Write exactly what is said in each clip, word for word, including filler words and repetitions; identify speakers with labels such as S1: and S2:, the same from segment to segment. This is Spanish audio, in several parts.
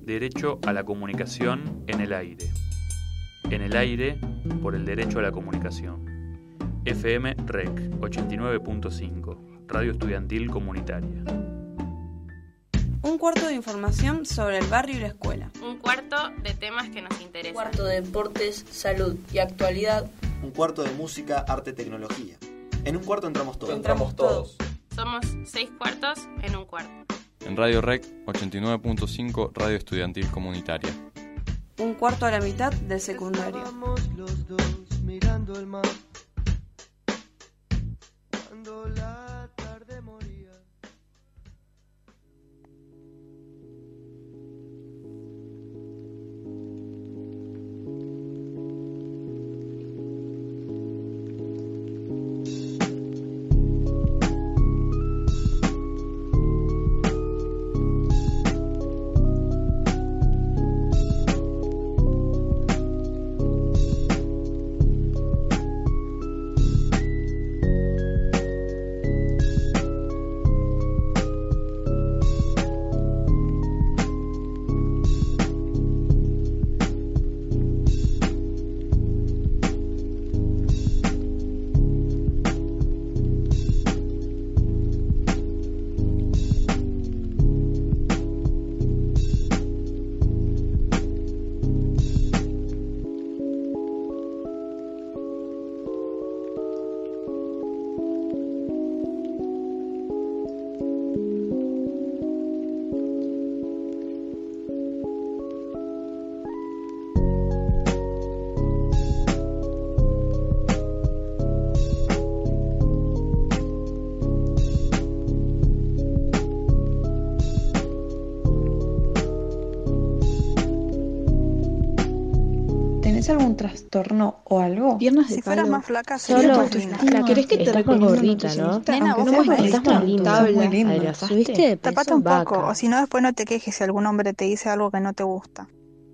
S1: Derecho a la comunicación en el aire. En el aire, por el derecho a la comunicación. F M R E C ochenta y nueve punto cinco, Radio Estudiantil Comunitaria.
S2: Un cuarto de información sobre el barrio y la escuela.
S3: Un cuarto de temas que nos interesan.
S4: Un cuarto de deportes, salud y actualidad.
S5: Un cuarto de música, arte, tecnología. En un cuarto entramos todos.
S6: Entramos todos.
S3: Somos seis cuartos en un cuarto.
S7: En Radio R E C ochenta y nueve punto cinco, Radio Estudiantil Comunitaria.
S2: Un cuarto a la mitad del secundario.
S8: Estábamos los dos mirando el mar cuando la tarde moría.
S9: ¿Tenés algún trastorno o algo?
S10: Piernas de
S11: si
S10: palo.
S11: fueras más flaca,
S10: Solo
S11: serías más linda.
S10: ¿Querés que te
S9: Estás
S10: recomiendo
S9: más
S10: un
S9: gordita, ¿no?
S10: nutricionista?
S11: Nena,
S10: Aunque
S11: vos
S10: no
S11: sos
S10: muestres
S11: bonita.
S10: estás más linda,
S9: Sos muy linda.
S10: adelgazaste.
S9: Subiste de
S11: Tapate
S9: peso,
S11: un poco,
S9: vaca.
S11: o si no después no te quejes si algún hombre te dice algo que no te gusta.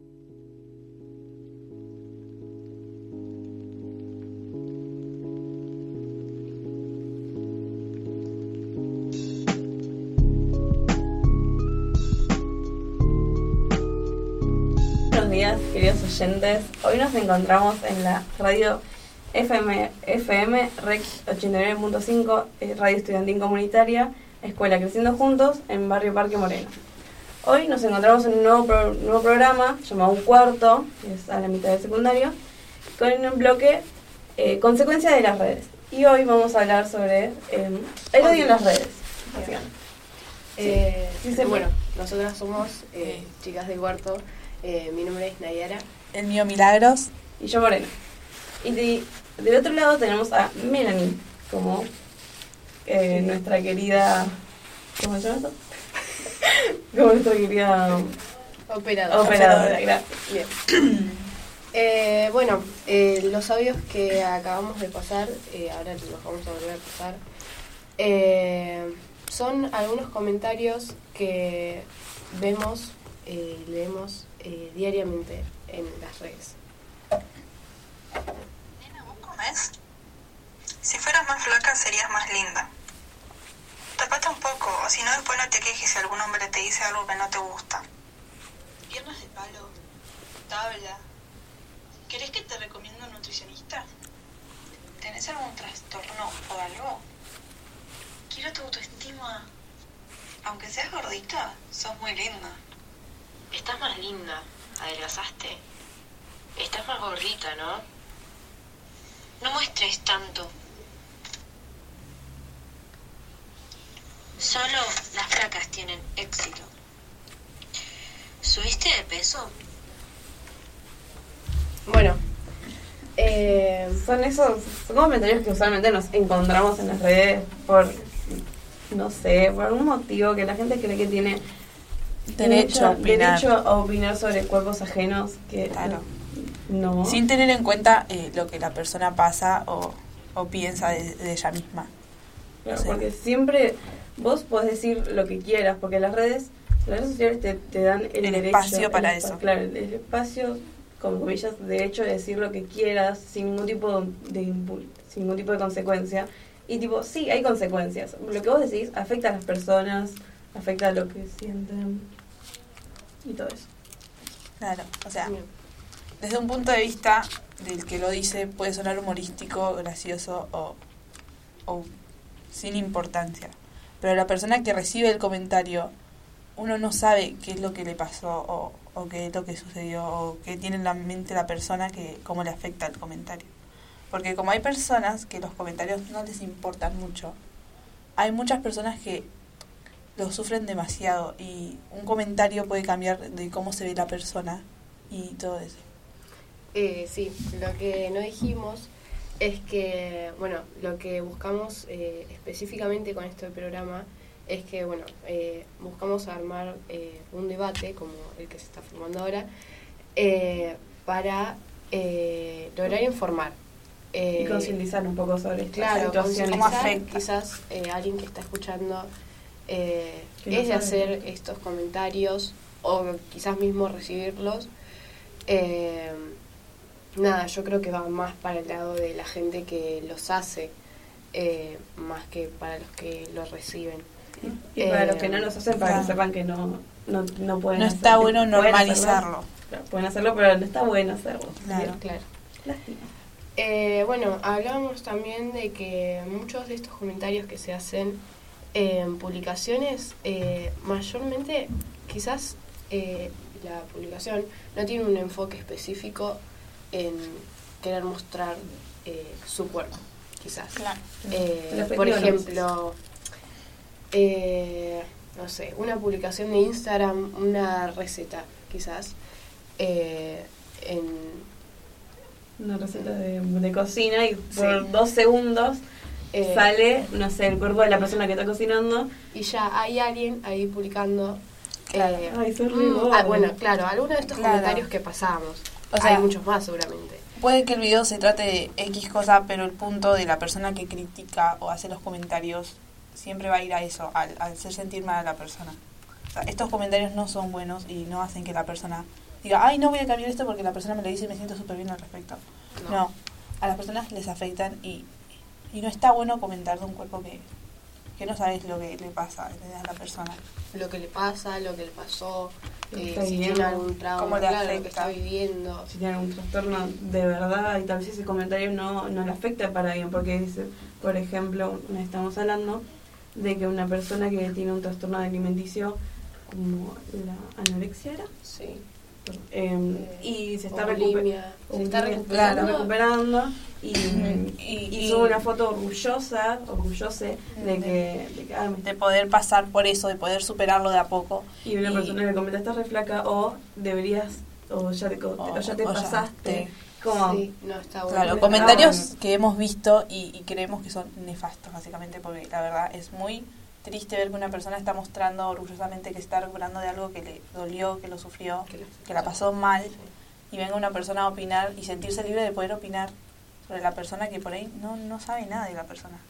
S2: Buenos días, queridos oyentes. Hoy nos encontramos en la radio F M, F M R E C ochenta y nueve punto cinco, eh, Radio Estudiantil Comunitaria, Escuela Creciendo Juntos, en Barrio Parque Moreno. Hoy nos encontramos en un nuevo, pro, nuevo programa llamado Un Cuarto, que es a la mitad del secundario, con un bloque eh, Consecuencias de las redes. Y hoy vamos a hablar sobre eh, el odio en las redes, básicamente.
S12: Eh,
S2: Sí, sí,
S12: bueno, nosotras somos eh, chicas del cuarto. Eh, mi nombre es Nayara.
S10: El mío Milagros.
S2: Y yo Morena. Y de, del otro lado tenemos a Melanie, como eh, nuestra querida... ¿Cómo se llama eso? Como nuestra querida
S12: Operadora.
S2: operadora, gracias.
S12: Bien. eh, bueno, eh, los audios que acabamos de pasar, eh, ahora los vamos a volver a pasar, eh, son algunos comentarios que vemos, eh, leemos eh, diariamente en las redes.
S11: Nena, ¿vos comés? Si fueras más flaca, serías más linda. Tapate un poco, o si no después no te quejes si algún hombre te dice algo que no te gusta. Piernas de palo, tabla. ¿Querés que te recomiendo un nutricionista? ¿Tenés algún trastorno o algo? Quiero tu autoestima. Aunque seas gordita, sos muy linda.
S4: Estás más linda. ¿Adelgazaste? Estás más gordita, ¿no? No muestres tanto. Solo las flacas tienen éxito. ¿Subiste de peso?
S12: Bueno, eh,
S2: Son esos son comentarios que usualmente nos encontramos en las redes por, no sé, por algún motivo que la gente cree que tiene
S10: Derecho a opinar.
S2: derecho a opinar sobre cuerpos ajenos que
S10: Claro.
S2: no.
S10: Sin tener en cuenta eh, lo que la persona pasa o, o piensa de, de ella misma.
S2: Claro,
S10: O sea,
S2: porque siempre vos podés decir lo que quieras, porque las redes, las redes sociales te, te dan el,
S10: El
S2: derecho,
S10: espacio para
S2: el,
S10: eso.
S2: Claro, el, el espacio, con comillas, derecho de decir lo que quieras sin ningún tipo de impu- sin ningún tipo de consecuencia. Y tipo, sí, hay consecuencias. Lo que vos decís afecta a las personas, afecta a lo que sienten y todo eso.
S10: Claro, o sea, desde un punto de vista del que lo dice puede sonar humorístico, gracioso o, o sin importancia. Pero la persona que recibe el comentario, uno no sabe qué es lo que le pasó o, o qué es lo que sucedió o qué tiene en la mente la persona, que cómo le afecta el comentario. Porque como hay personas que los comentarios no les importan mucho, hay muchas personas que lo sufren demasiado y un comentario puede cambiar de cómo se ve la persona y todo eso.
S12: Eh, sí, lo que no dijimos es que, bueno, lo que buscamos eh, específicamente con este programa es que, bueno, eh, buscamos armar eh, un debate como el que se está formando ahora eh, para eh, lograr informar. Eh,
S2: y concientizar un poco sobre esta
S12: claro,
S2: situación.
S12: ¿Cómo afecta? Quizás eh, alguien que está escuchando eh,
S2: Que no
S12: es de
S2: sabe.
S12: hacer estos comentarios o quizás mismo recibirlos. Eh, nada, yo creo que va más para el lado de la gente que los hace, eh, más que para los que los reciben.
S2: Y para
S12: Eh,
S2: los que no los hacen, para
S12: claro.
S2: que sepan que no, no, no pueden
S10: No
S2: hacer-
S10: está bueno
S2: pueden
S10: normalizarlo.
S2: hacerlo. Claro, pueden hacerlo, pero no está bueno hacerlo.
S12: Claro, claro.
S2: Lástima.
S12: Eh, bueno, hablábamos también de que muchos de estos comentarios que se hacen en publicaciones, eh, mayormente quizás eh, la publicación no tiene un enfoque específico en querer mostrar eh, su cuerpo, quizás.
S10: Claro.
S12: Eh,
S2: El
S12: por
S2: objetivo no es
S12: ejemplo, eh, no sé, una publicación de Instagram, una receta, quizás, eh, en
S2: Una receta de, de cocina y por
S12: Sí.
S2: dos segundos
S12: Eh,
S2: sale, no sé, el cuerpo de la persona que está cocinando.
S12: y ya hay alguien ahí publicando. eh,
S2: Ay, sos re
S12: mm,
S2: bobo.
S12: ah, bueno, claro, algunos de estos
S10: Claro.
S12: comentarios que pasamos.
S10: O sea,
S12: hay muchos más seguramente.
S10: Puede que el video se trate de X cosa, pero el punto de la persona que critica o hace los comentarios siempre va a ir a eso, al, al hacer sentir mal a la persona. O sea, estos comentarios no son buenos y no hacen que la persona diga, ay, no voy a cambiar esto porque la persona me lo dice y me siento súper bien al respecto.
S12: No.
S10: No. A las personas les afectan y, y no está bueno comentar de un cuerpo que, que no sabes lo que le pasa a la persona.
S12: Lo que le pasa, lo que le pasó,
S2: Lo que
S12: eh,
S2: está
S12: si
S2: viviendo,
S12: tiene algún trauma,
S10: cómo le
S12: claro, lo que
S10: afecta.
S12: está viviendo.
S2: Si tiene algún trastorno de verdad y tal vez ese comentario no, no le afecta para bien, porque dice, por ejemplo, una vez estamos hablando de que una persona que tiene un trastorno alimenticio como la anorexia era,
S12: Sí.
S2: eh, y se está,
S12: o
S2: recuper-
S12: bulimia, se está
S2: bulimia,
S12: recuperando.
S2: está recuperando y,
S10: Y-
S2: y
S10: y-
S2: sube una foto orgullosa, orgullose de que, de que ah, me
S10: De poder pasar por eso, de poder superarlo de a poco.
S2: y una
S10: Y-
S2: persona le comenta, estás re flaca, o deberías, o ya te, co-
S10: O-
S2: o ya te
S10: o ya
S2: pasaste.
S10: te-
S2: Como,
S12: Sí, no está bueno.
S10: Claro,
S2: Ah,
S10: comentarios
S2: bueno.
S10: que hemos visto y, y creemos que son nefastos, básicamente, porque la verdad es muy triste ver que una persona está mostrando orgullosamente que se está recuperando de algo que le dolió, que lo sufrió,
S12: Que lo-
S10: que la pasó mal, y venga una persona a opinar y sentirse libre de poder opinar sobre la persona que por ahí no, no sabe nada de la persona.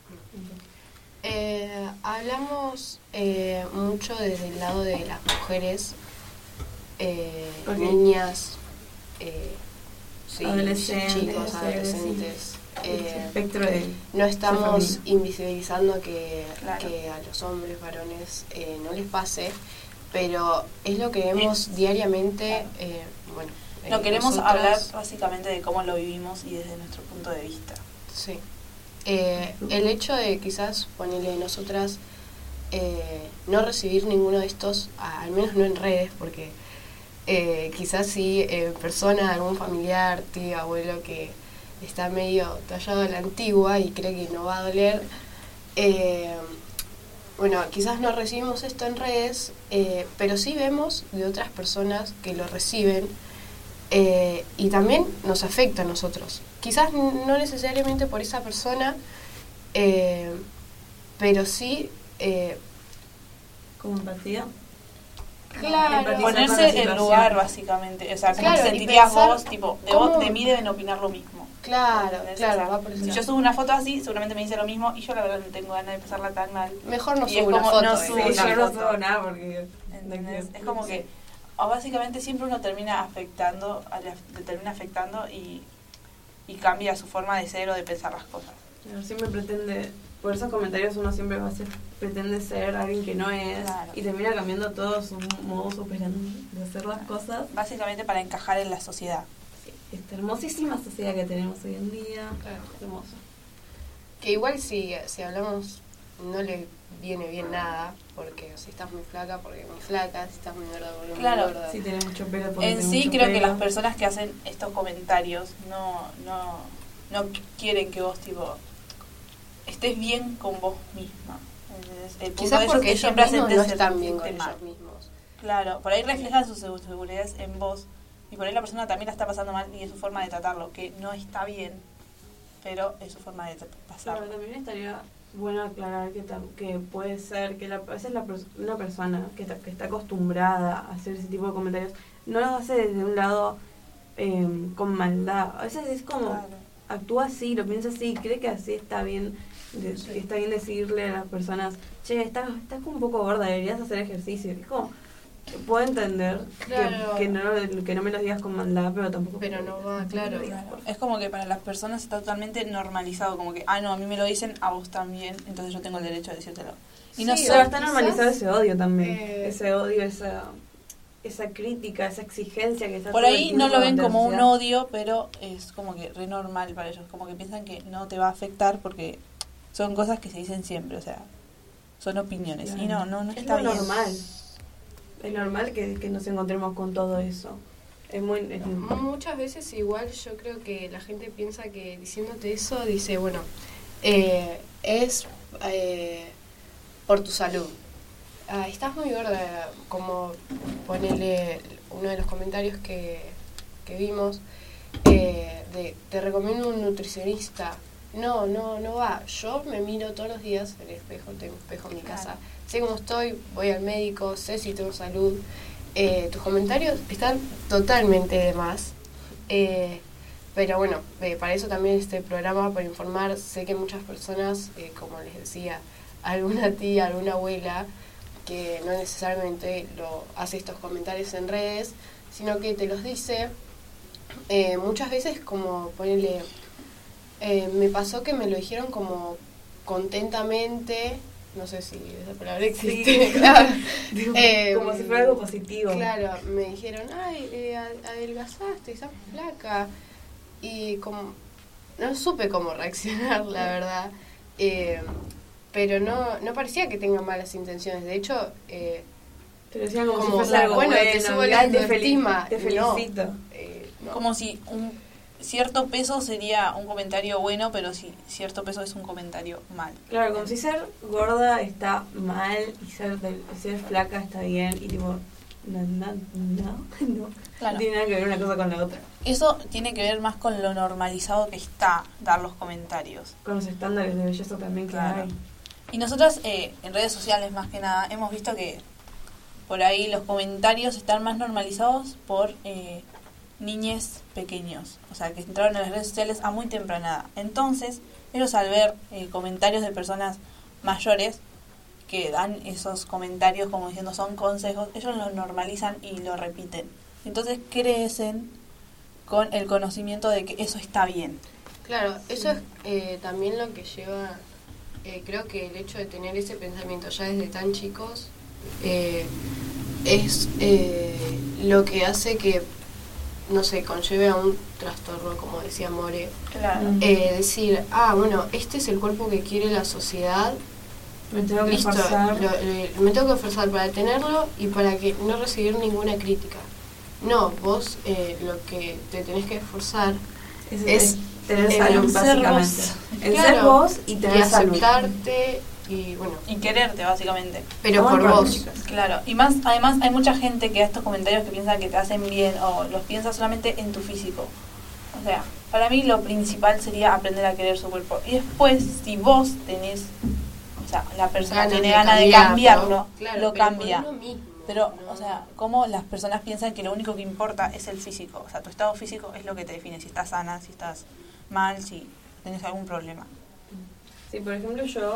S12: Eh, hablamos eh, mucho desde el lado de las mujeres, eh,
S2: Ok.
S12: niñas, eh, sí,
S2: Adolescentes,
S12: chicos,
S2: sí,
S12: adolescentes.
S2: el
S12: Eh,
S2: espectro de
S12: no estamos
S2: familia.
S12: invisibilizando que,
S10: Claro.
S12: que a los hombres, varones, eh, no les pase, pero es lo que vemos diariamente. Eh, bueno,
S10: No
S12: eh,
S10: queremos
S12: nosotras-
S10: hablar básicamente de cómo lo vivimos y desde nuestro punto de vista.
S12: Sí. Eh, el hecho de quizás ponerle nosotras eh, no recibir ninguno de estos, a- al menos no en redes, porque eh, quizás sí eh, persona, algún familiar, tío, abuelo que está medio tallado a la antigua y cree que no va a doler. Eh, bueno, quizás no recibimos esto en redes, eh, pero sí vemos de otras personas que lo reciben. Eh, y también nos afecta a nosotros. Quizás n- no necesariamente por esa persona, eh, pero sí, eh,
S2: como empatía.
S12: claro,
S2: Empatizar con la
S10: Ponerse en
S2: situación.
S10: lugar, básicamente. O sea, ¿cómo
S12: Claro,
S10: te
S12: y
S10: sentirías
S12: pensar
S10: vos? Tipo, de,
S12: cómo-
S10: vos, de mí deben opinar lo mismo.
S12: claro,
S10: ¿Entendés?
S12: claro,
S10: O sea,
S12: va por ese
S10: si
S12: lado.
S10: yo subo una foto así, seguramente me dice lo mismo y yo la verdad no tengo ganas de pasarla tan mal.
S12: Mejor no
S10: y es
S12: subo una
S10: como,
S12: foto.
S10: no
S12: eh.
S10: subo
S2: Sí,
S10: una
S2: yo no
S10: foto.
S2: subo nada porque...
S10: ¿Entendés? Es como que o básicamente siempre uno termina afectando, a la- le termina afectando y, y cambia su forma de ser o de pensar las cosas.
S2: Claro, siempre pretende por esos comentarios uno siempre va a ser, pretende ser alguien que no es,
S10: Claro.
S2: y termina cambiando todo su modo operandi de hacer las cosas.
S10: Básicamente para encajar en la sociedad.
S2: Sí, esta hermosísima sociedad que tenemos hoy en día.
S12: Claro.
S2: Hermoso.
S12: Que igual si, si hablamos no le viene bien nada, porque si estás muy flaca, porque muy flaca, si estás muy gorda, porque
S10: Claro.
S12: muy gorda.
S2: Si tenés mucho pelo, porque
S10: En
S2: tenés
S10: sí
S2: mucho
S10: creo que
S2: pelo.
S10: las personas que hacen estos comentarios no, no, no quieren que vos tipo estés bien con vos misma. ¿Entendés? El punto
S12: Quizás
S10: de ellos
S12: porque
S10: es
S12: ellos
S10: siempre
S12: mismos
S10: hacerte
S12: no están bien
S10: sentirte
S12: con
S10: mal.
S12: ellos mismos.
S10: Claro, por ahí reflejan sus segu- seguridades en vos y por ahí la persona también la está pasando mal y es su forma de tratarlo, que no está bien, pero es su forma de tra- pasarlo.
S2: Claro, también estaría bueno aclarar que, tam- que puede ser que la, a veces la pers- una persona que, ta- que está acostumbrada a hacer ese tipo de comentarios no lo hace desde un lado eh, con maldad. A veces es como
S10: Claro.
S2: actúa así, lo piensa así, cree que así está bien, de-
S10: Sí.
S2: que está bien decirle a las personas, che, estás, estás como un poco gorda, deberías hacer ejercicio. Es como, puedo entender
S12: Claro.
S2: que, que, no, que no me lo digas con maldad, pero tampoco...
S12: Pero no va, claro.
S10: Claro. Es como que para las personas está totalmente normalizado, como que, ah, no, a mí me lo dicen, a vos también, entonces yo tengo el derecho de decírtelo. Y no
S2: Sí,
S10: sé,
S2: pero está
S12: quizás,
S2: normalizado ese odio también,
S12: eh,
S2: ese odio, esa esa crítica, esa exigencia que está
S10: por
S2: todo el
S10: ahí
S2: tiempo
S10: no lo ven
S2: ante la
S10: como un
S2: sociedad.
S10: odio, pero es como que re normal para ellos, como que piensan que no te va a afectar porque son cosas que se dicen siempre, o sea, son opiniones.
S2: Claro.
S10: Y no, no, no
S2: es
S10: está
S2: lo
S10: bien.
S2: normal. Es normal que, que nos encontremos con todo eso. Es muy... es-
S12: Muchas veces igual yo creo que la gente piensa que diciéndote eso dice, bueno, eh, es eh, por tu salud. Ah, estás muy gorda, como ponele uno de los comentarios que, que vimos, eh, de te recomiendo un nutricionista. No, no, no va. Yo me miro todos los días en el espejo, tengo un espejo en mi casa.
S10: Claro.
S12: Sé cómo estoy, voy al médico, sé si tengo salud. Eh, tus comentarios están totalmente de más. Eh, pero bueno, eh, para eso también este programa, para informar. Sé que muchas personas, eh, como les decía, alguna tía, alguna abuela, que no necesariamente lo hace estos comentarios en redes, sino que te los dice eh, muchas veces como ponerle... Eh, me pasó que me lo dijeron como contentamente, no sé si esa palabra existe,
S2: Sí.
S12: claro.
S2: Digo,
S12: Eh,
S2: como si fuera algo positivo.
S12: Claro, me dijeron, ay, eh, a- adelgazaste, estás flaca. Y como, no supe cómo reaccionar, la verdad. Eh, pero no, no parecía que tenga malas intenciones. De hecho, eh,
S2: Te lo decían como,
S12: como,
S2: si fuese algo
S12: bueno,
S2: bueno,
S12: te subo
S2: mirá,
S12: la
S2: te, fel-
S12: autoestima.
S2: te
S12: No.
S2: felicito.
S12: eh, no.
S10: Como si un cierto peso sería un comentario bueno, pero si cierto peso es un comentario mal.
S2: Claro, como si ser gorda está mal y ser, del- ser flaca está bien y tipo, no, no, no, no.
S10: Claro.
S2: No tiene nada que ver una cosa con la otra.
S10: Eso tiene que ver más con lo normalizado que está dar los comentarios.
S2: Con los estándares de belleza también que
S10: Claro.
S2: hay.
S10: Y nosotras eh, en redes sociales más que nada hemos visto que por ahí los comentarios están más normalizados por eh, niñes pequeños, o sea, que entraron en las redes sociales a muy temprana edad. Entonces, ellos al ver eh, comentarios de personas mayores que dan esos comentarios como diciendo son consejos, ellos lo normalizan y lo repiten. Entonces crecen con el conocimiento de que eso está bien.
S12: Claro, eso es eh, también lo que lleva, eh, creo que el hecho de tener ese pensamiento ya desde tan chicos eh, es eh, lo que hace que, no sé, conlleve a un trastorno, como decía More.
S10: Claro.
S12: Eh, decir, ah, bueno, este es el cuerpo que quiere la sociedad.
S2: Me tengo que
S12: Listo,
S2: esforzar.
S12: lo- eh, me tengo que esforzar para tenerlo y para que no recibir ninguna crítica. No, vos eh, lo que te tenés que esforzar
S2: Es,
S12: es
S2: es tener
S12: en
S2: salud,
S12: ser
S2: básicamente.
S12: vos.
S2: En
S12: Claro,
S2: ser vos y tener
S12: y
S2: salud.
S12: aceptarte y bueno,
S10: Y quererte, básicamente.
S12: pero
S2: Amor
S12: por
S2: propio,
S12: vos.
S2: chicas.
S10: Claro, y más, además hay mucha gente que a estos comentarios que piensan que te hacen bien o los piensa solamente en tu físico. O sea, para mí lo principal sería aprender a querer su cuerpo. Y después, si vos tenés, o sea, la persona
S12: Ganas
S10: tiene
S12: de
S10: ganas de
S12: cambiarlo.
S10: cambiarlo,
S12: Claro,
S10: lo
S12: pero
S10: cambia.
S12: por uno mismo,
S10: Pero,
S12: ¿no?
S10: o sea, como las personas piensan que lo único que importa es el físico. O sea, tu estado físico es lo que te define. Si estás sana, si estás mal, si tenés algún problema.
S2: Sí, por ejemplo, yo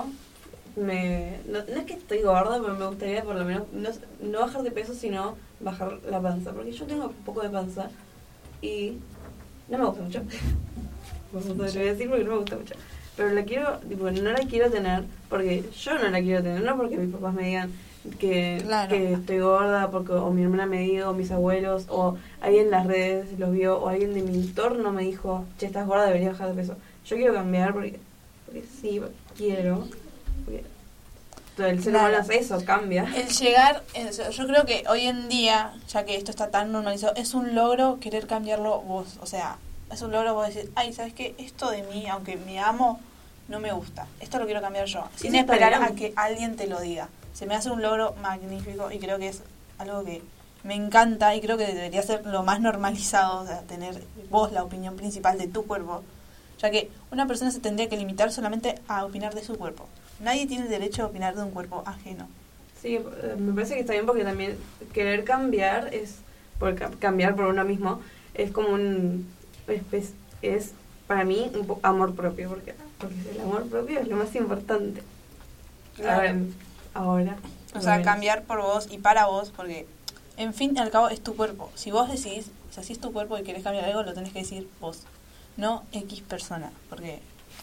S2: me no, no es que estoy gorda, pero me gustaría por lo menos no, no bajar de peso, sino bajar la panza, porque yo tengo un poco de panza y no me gusta mucho. Por eso te lo voy a decir porque no me gusta mucho. pero la quiero, tipo, no la quiero tener porque yo no la quiero tener, no porque mis papás me digan que,
S10: Claro.
S2: que estoy gorda, porque o mi hermana me dijo, o mis abuelos, o alguien en las redes los vio, o alguien de mi entorno me dijo, che, estás gorda, deberías bajar de peso. Yo quiero cambiar porque, porque sí, porque quiero, porque todo el ser
S10: Claro.
S2: humano hace eso, cambia.
S10: El llegar, eso, yo creo que hoy en día, ya que esto está tan normalizado, es un logro querer cambiarlo vos. O sea, es un logro vos decir, ay, ¿sabes qué? Esto de mí, aunque me amo, no me gusta. Esto lo quiero cambiar yo. Sin
S2: Sí, está
S10: esperar
S2: bien.
S10: a que alguien te lo diga. Se me hace un logro magnífico y creo que es algo que me encanta y creo que debería ser lo más normalizado, o sea, tener vos la opinión principal de tu cuerpo. Ya que una persona se tendría que limitar solamente a opinar de su cuerpo. Nadie tiene el derecho a opinar de un cuerpo ajeno.
S2: Sí, eh, me parece que está bien porque también querer cambiar es, por ca- cambiar por uno mismo, es como un, es, es para mí un po- amor propio, porque, porque el amor propio es lo más importante.
S10: Claro.
S2: A ver, ahora.
S10: O sea,
S2: bueno.
S10: cambiar por vos y para vos, porque en fin y al cabo es tu cuerpo. Si vos decidís, o sea, si es tu cuerpo y querés cambiar algo, lo tenés que decir vos, no X persona, porque...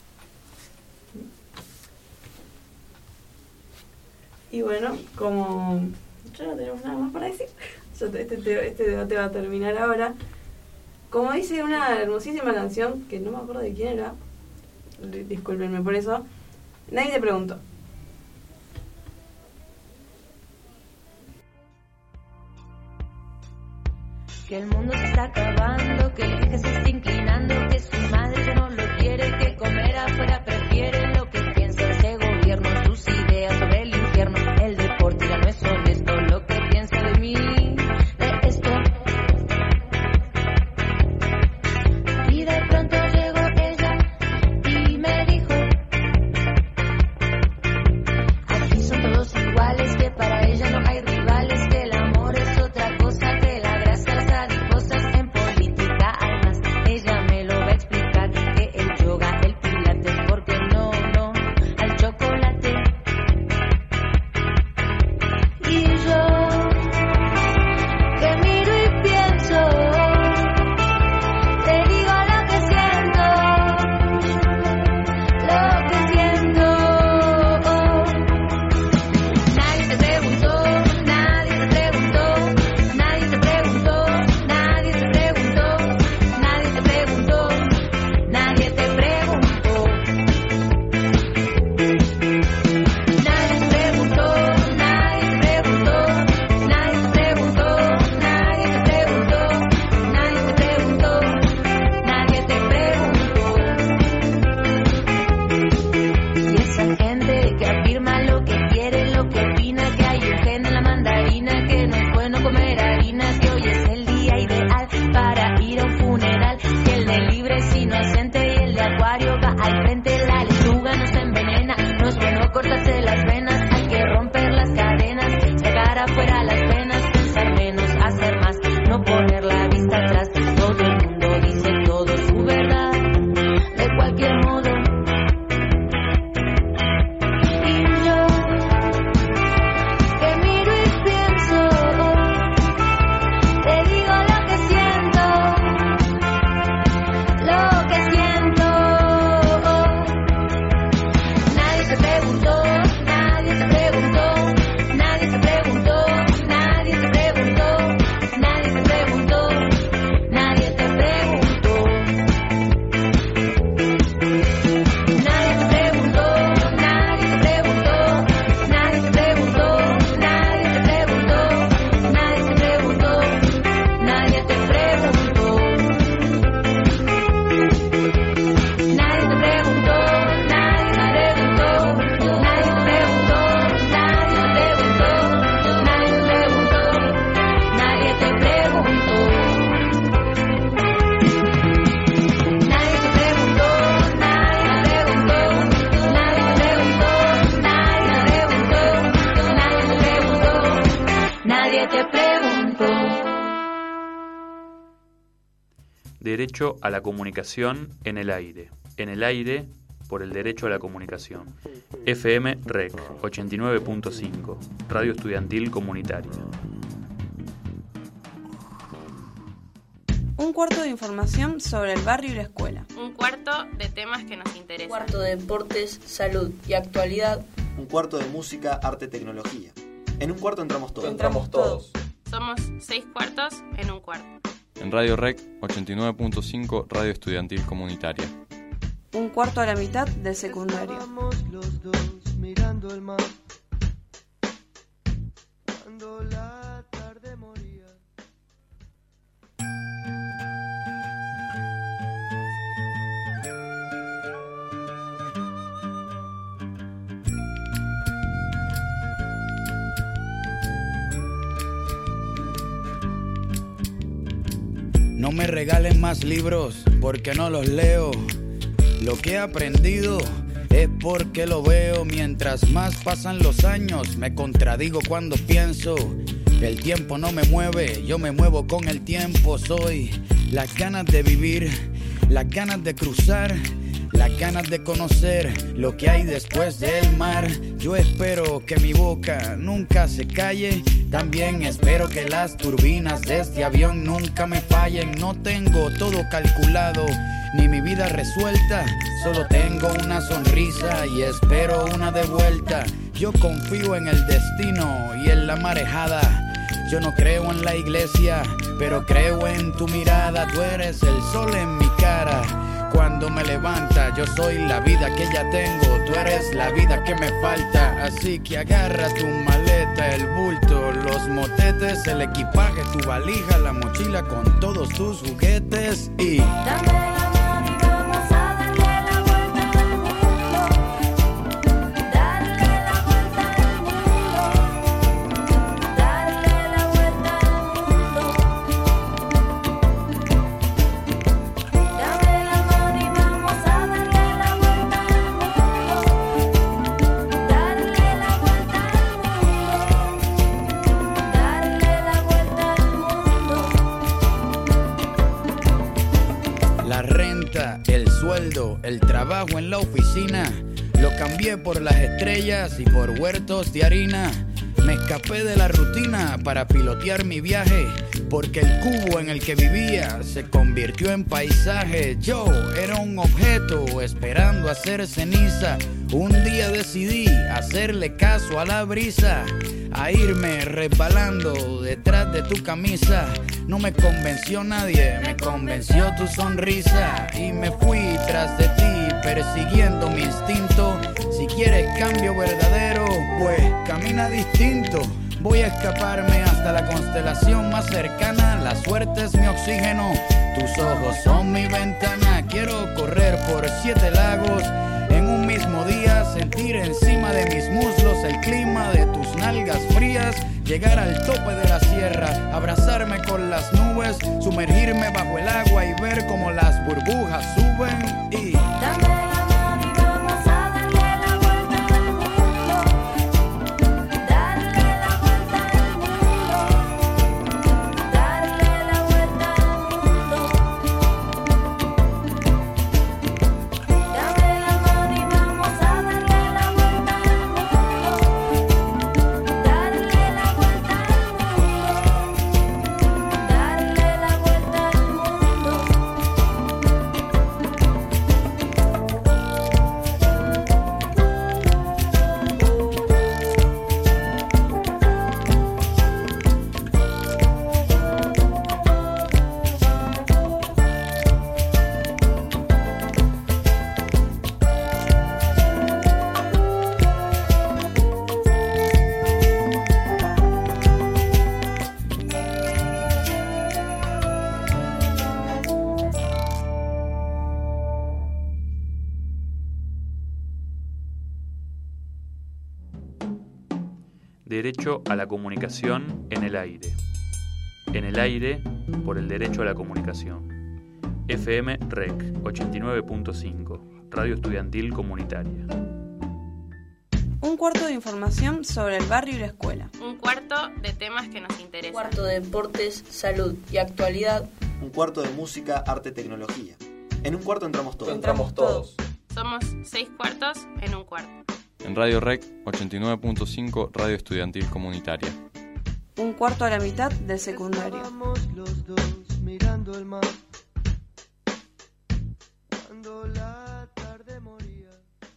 S2: Y bueno, como ya no tenemos nada más para decir, yo te- este, te- este debate va a terminar ahora. Como dice una hermosísima canción, que no me acuerdo de quién era, di- discúlpenme por eso, nadie te preguntó.
S6: Que el mundo se está acabando, que el eje se está inclinando, que su madre ya no lo quiere, que comer afuera prefiere. Lo que piensa ese gobierno, sus ideas sobre el infierno, el deporte ya no es honesto, lo que piensa de mí, de esto. Y de pronto llegó ella y me dijo, aquí son todos iguales, que para ella no hay rivales, que el amor es otra cosa, que la grasa las adiposas en política hay más. Ella me lo va a explicar, que el yoga, el pilates, porque no, no, al chocolate. Y yo, que miro y pienso, te digo lo que siento, lo que siento. Nadie te preguntó, nadie te preguntó, nadie te preguntó, nadie te preguntó, nadie te preguntó, nadie te preguntó. Nadie te preguntó, nadie te preguntó, nadie te preguntó, nadie te preguntó, nadie te preguntó, nadie te preguntó. Y esa gente que afirma lo que quiere, lo que opina, que hay un gen en la mandarina, que no es bueno comer harina, que hoy es el día ideal para ir a un funeral, que el de libre es inocente y el de acuario va al frente, la lechuga no se envenena, no es bueno cortarse las venas, hay que romper las cadenas, sacar afuera las penas, pensar menos, hacer más, no poner la vista atrás, todo el mundo dice todo su verdad, de cualquier modo. Y yo, que miro y pienso, te digo lo que siento, lo que siento. Nadie te preguntó, nadie te preguntó, nadie te preguntó, nadie te preguntó, nadie te preguntó, nadie te preguntó. Nadie te preguntó, nadie te preguntó, nadie te preguntó, nadie te preguntó, nadie te preguntó, nadie te preguntó. Nadie te preguntó, nadie te preguntó, nadie te preguntó, nadie te preguntó, nadie te preguntó, nadie te preguntó, nadie te preguntó. Nadie te preguntó, nadie te preguntó, nadie te preguntó, nadie te preguntó.
S1: Derecho a la comunicación en el aire. En el aire por el derecho a la comunicación. F M R E C ochenta y nueve punto cinco, Radio Estudiantil Comunitaria.
S2: Un cuarto de información sobre el barrio y la escuela.
S3: Un cuarto de temas que nos interesan.
S4: Un cuarto de deportes, salud y actualidad.
S5: Un cuarto de música, arte, tecnología. En un cuarto entramos todos.
S13: Entramos todos.
S3: Somos seis cuartos en un cuarto.
S7: En Radio Rec ochenta y nueve punto cinco, Radio Estudiantil Comunitaria.
S2: Un cuarto a la mitad del secundario.
S8: Estábamos los dos mirando el mar. Cuando la tarde moría.
S14: No me regalen más libros porque no los leo. Lo que he aprendido es porque lo veo. Mientras más pasan los años me contradigo cuando pienso. El tiempo no me mueve, yo me muevo con el tiempo. Soy las ganas de vivir, las ganas de cruzar, las ganas de conocer lo que hay después del mar. Yo espero que mi boca nunca se calle. También espero que las turbinas de este avión nunca me fallen. No tengo todo calculado, ni mi vida resuelta. Solo tengo una sonrisa y espero una de vuelta. Yo confío en el destino y en la marejada. Yo no creo en la iglesia, pero creo en tu mirada. Tú eres el sol en mi cara. Cuando me levanta, yo soy la vida que ya tengo. Tú eres la vida que me falta. Así que agarra tu maleta, el bulto, los motetes, el equipaje, tu valija, la mochila con todos tus juguetes y... Dame la mano y vamos a darle la vuelta al mundo. Darle la vuelta al mundo. Darle la vuelta al mundo. Dame la mano y vamos a darle la vuelta al mundo. Darle la vuelta al mundo. Darle la vuelta al mundo. La renta, el sueldo, el trabajo en la oficina, lo cambié por las estrellas y por huertos de harina. Me escapé de la rutina para pilotear mi viaje, porque el cubo en el que vivía se convirtió en paisaje. Yo era un objeto esperando hacer ceniza. Un día decidí hacerle caso a la brisa, a irme resbalando detrás de tu camisa. No me convenció nadie, me convenció tu sonrisa. Y me fui tras de ti, persiguiendo mi instinto. Si quieres cambio verdadero, pues camina distinto. Voy a escaparme hasta la constelación más cercana. La suerte es mi oxígeno, tus ojos son mi ventana. Quiero correr por siete lagos en un mismo día, sentir encima de mis muslos el clima de tus nalgas frías, llegar al tope de la sierra, abrazarme con las nubes, sumergirme bajo el agua y ver cómo las burbujas suben y... Dame la mano y vamos a darle la vuelta al mundo. Darle la vuelta al mundo. Darle la vuelta al mundo. Dame la mano y vamos a darle la vuelta al mundo. Darle la vuelta al mundo. Darle la vuelta al mundo.
S1: Derecho a la comunicación en el aire. En el aire por el derecho a la comunicación. F M Rec ochenta y nueve punto cinco, Radio Estudiantil Comunitaria.
S2: Un cuarto de información sobre el barrio y la escuela.
S3: Un cuarto de temas que nos interesan.
S4: Un cuarto de deportes, salud y actualidad.
S5: Un cuarto de música, arte, tecnología. En un cuarto entramos todos.
S13: Entramos todos.
S3: Somos seis cuartos en un cuarto.
S7: En Radio Rec ochenta y nueve punto cinco, Radio Estudiantil Comunitaria.
S2: Un cuarto a la mitad del secundario.
S8: Estábamos los dos mirando el mar. Cuando la tarde moría.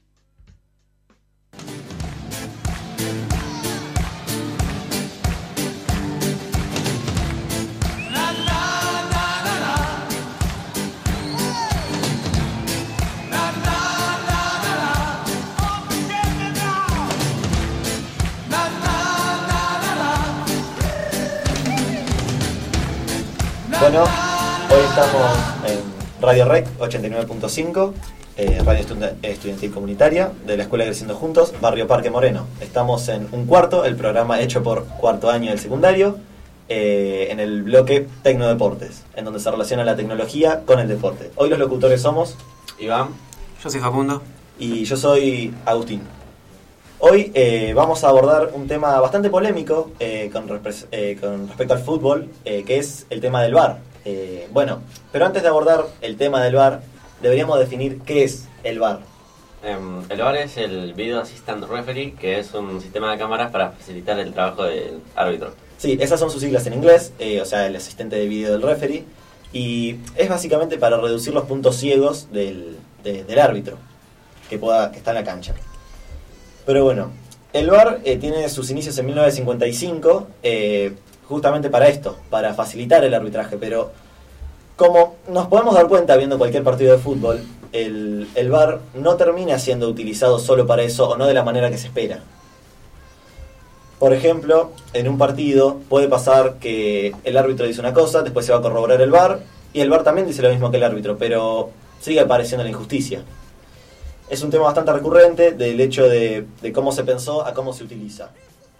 S5: Bueno, hoy estamos en Radio Rec ochenta y nueve punto cinco, eh, Radio Estud- Estudiantil Comunitaria de la Escuela Creciendo Juntos, Barrio Parque Moreno. Estamos en Un Cuarto, el programa hecho por cuarto año del secundario, eh, en el bloque Tecnodeportes, en donde se relaciona la tecnología con el deporte. Hoy los locutores somos
S13: Iván,
S15: yo soy Facundo
S5: y yo soy Agustín. Hoy eh, vamos a abordar un tema bastante polémico eh, con, repres- eh, con respecto al fútbol, eh, que es el tema del V A R. Eh, bueno, pero antes de abordar el tema del V A R, deberíamos definir qué es el V A R.
S13: Um, el V A R es el Video Assistant Referee, que es un sistema de cámaras para facilitar el trabajo del árbitro.
S5: Sí, esas son sus siglas en inglés, eh, o sea, el asistente de video del referee, y es básicamente para reducir los puntos ciegos del, de, del árbitro que, pueda, que está en la cancha. Pero bueno, el V A R eh, tiene sus inicios en mil novecientos cincuenta y cinco, eh, justamente para esto, para facilitar el arbitraje. Pero como nos podemos dar cuenta viendo cualquier partido de fútbol, el, el V A R no termina siendo utilizado solo para eso o no de la manera que se espera. Por ejemplo, en un partido puede pasar que el árbitro dice una cosa, después se va a corroborar el V A R, y el V A R también dice lo mismo que el árbitro, pero sigue apareciendo la injusticia. Es un tema bastante recurrente del hecho de, de cómo se pensó a cómo se utiliza.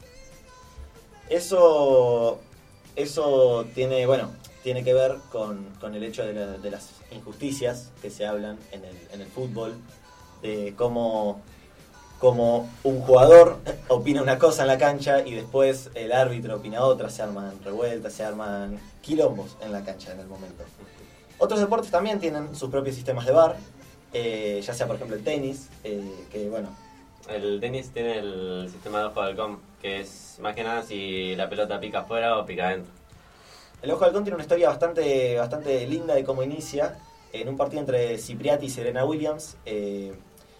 S5: Eso, eso tiene, bueno, tiene que ver con, con el hecho de, la, de las injusticias que se hablan en el, en el fútbol, de cómo, cómo un jugador opina una cosa en la cancha y después el árbitro opina otra, se arman revueltas, se arman quilombos en la cancha en el momento. Otros deportes también tienen sus propios sistemas de V A R. Eh, ya sea por ejemplo el tenis, eh, que bueno...
S13: El tenis tiene el sistema de ojo de halcón, que es más que nada si la pelota pica afuera o pica adentro.
S5: El ojo de halcón tiene una historia bastante, bastante linda de cómo inicia, en un partido entre Cipriati y Serena Williams. Eh,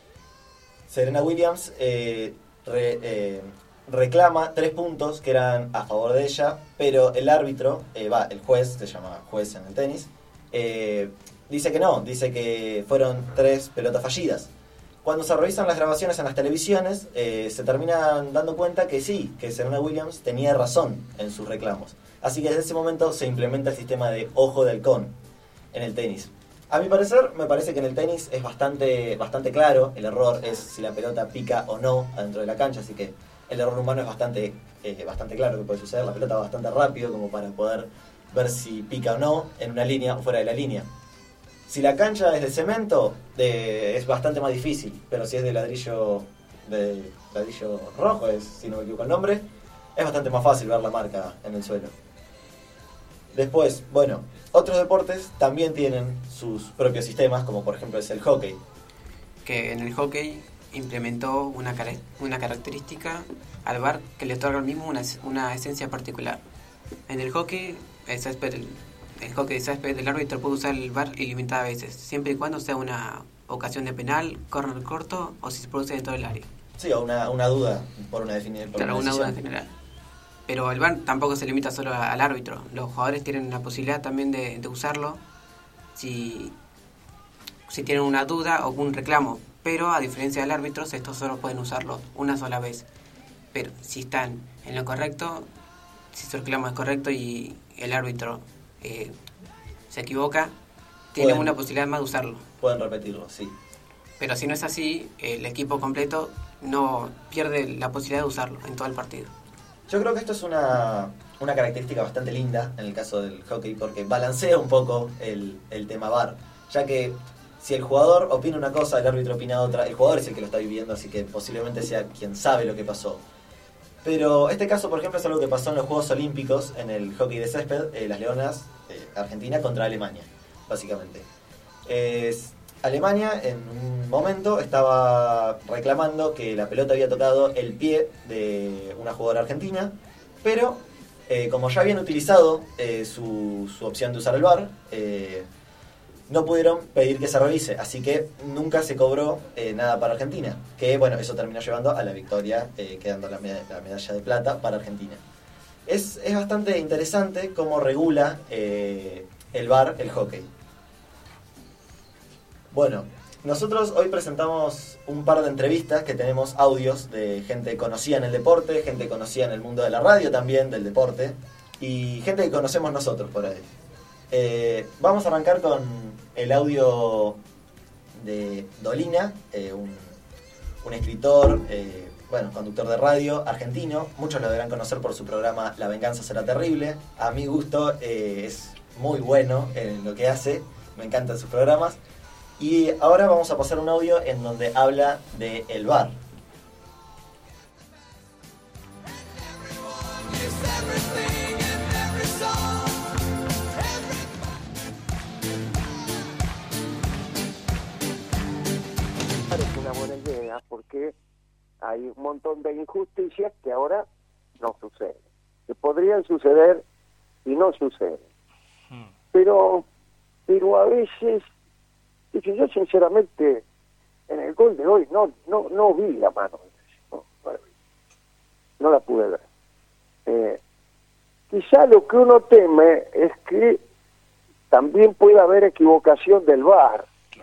S5: Serena Williams eh, re, eh, reclama tres puntos que eran a favor de ella, pero el árbitro, eh, va, el juez, se llama juez en el tenis, eh, dice que no, dice que fueron tres pelotas fallidas. Cuando se revisan las grabaciones en las televisiones, eh, se terminan dando cuenta que sí, que Serena Williams tenía razón en sus reclamos. Así que desde ese momento se implementa el sistema de ojo de halcón en el tenis. A mi parecer, me parece que en el tenis es bastante, bastante claro. El error es si la pelota pica o no adentro de la cancha, así que el error humano es bastante, eh, bastante claro que puede suceder. La pelota va bastante rápido como para poder ver si pica o no en una línea o fuera de la línea. Si la cancha es de cemento, de, es bastante más difícil, pero si es de ladrillo de ladrillo rojo, es, si no me equivoco el nombre, es bastante más fácil ver la marca en el suelo. Después, bueno, otros deportes también tienen sus propios sistemas, como por ejemplo es el hockey.
S15: Que en el hockey implementó una, car- una característica al V A R que le otorga al mismo una, una esencia particular. En el hockey, el césped, el, el hockey de césped, el árbitro puede usar el V A R ilimitadas veces, siempre y cuando sea una ocasión de penal, córner corto o si se produce dentro del área.
S5: Sí, o una, una duda por una definición.
S15: Claro, una duda en general. Pero el V A R tampoco se limita solo a, al árbitro. Los jugadores tienen la posibilidad también de, de usarlo si, si tienen una duda o un reclamo. Pero a diferencia del árbitro, estos solo pueden usarlo una sola vez. Pero si están en lo correcto, si su reclamo es correcto y el árbitro eh, se equivoca, tienen
S5: pueden,
S15: una posibilidad más de usarlo.
S5: Pueden repetirlo, sí.
S15: Pero si no es así, el equipo completo no pierde la posibilidad de usarlo en todo el partido.
S5: Yo creo que esto es una, una característica bastante linda en el caso del hockey, porque balancea un poco el, el tema V A R, ya que si el jugador opina una cosa, el árbitro opina otra, el jugador es el que lo está viviendo, así que posiblemente sea quien sabe lo que pasó. Pero este caso, por ejemplo, es algo que pasó en los Juegos Olímpicos, en el hockey de césped, eh, las Leonas, eh, Argentina contra Alemania, básicamente. Eh, Alemania en un momento estaba reclamando que la pelota había tocado el pie de una jugadora argentina, pero eh, como ya habían utilizado eh, su, su opción de usar el V A R, eh, no pudieron pedir que se revise, así que nunca se cobró eh, nada para Argentina, que bueno, eso terminó llevando a la victoria, eh, quedando la, med- la medalla de plata para Argentina. Es, es bastante interesante cómo regula eh, el V A R el hockey. Bueno, nosotros hoy presentamos un par de entrevistas que tenemos audios de gente conocida en el deporte, gente conocida en el mundo de la radio también, del deporte, y gente que conocemos nosotros por ahí. Eh, vamos a arrancar con el audio de Dolina, eh, un, un escritor, eh, bueno, conductor de radio argentino. Muchos lo deberán conocer por su programa La venganza será terrible. A mi gusto eh, es muy bueno en lo que hace, me encantan sus programas. Y ahora vamos a pasar un audio en donde habla de el V A R.
S16: Es una buena idea porque hay un montón de injusticias que ahora no suceden, que podrían suceder y no suceden. Pero, pero a veces, dice, yo sinceramente en el gol de hoy no no no vi la mano, no, no, la, vi. No la pude ver. Eh, quizá lo que uno teme es que también pueda haber equivocación del V A R.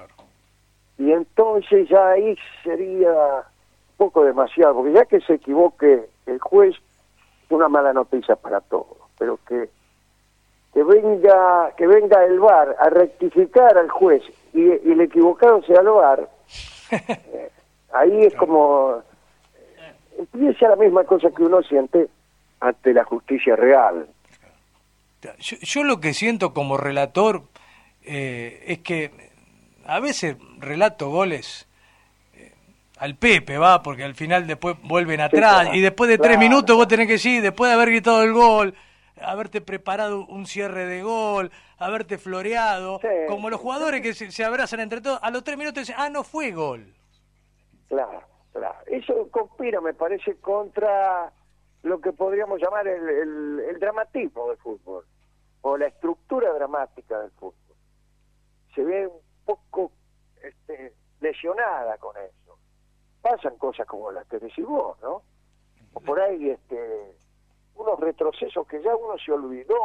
S16: Y entonces ya ahí sería un poco demasiado, porque ya que se equivoque el juez es una mala noticia para todos, pero que que venga que venga el V A R a rectificar al juez y, y el equivocado sea el V A R, eh, ahí es como eh, empieza la misma cosa que uno siente ante la justicia real.
S17: Yo, yo lo que siento como relator eh, es que a veces relato goles eh, al Pepe, va, porque al final después vuelven atrás, sí, claro, y después de tres claro. minutos vos tenés que decir, después de haber gritado el gol, haberte preparado un cierre de gol, haberte floreado, sí, como los jugadores que se, se abrazan entre todos, a los tres minutos dicen, ah, no fue gol.
S16: Claro, claro. Eso conspira, me parece, contra lo que podríamos llamar el, el, el dramatismo del fútbol, o la estructura dramática del fútbol. Se ve un poco este, lesionada con eso. Pasan cosas como las que decís vos, ¿no? O por ahí este, unos retrocesos que ya uno se olvidó.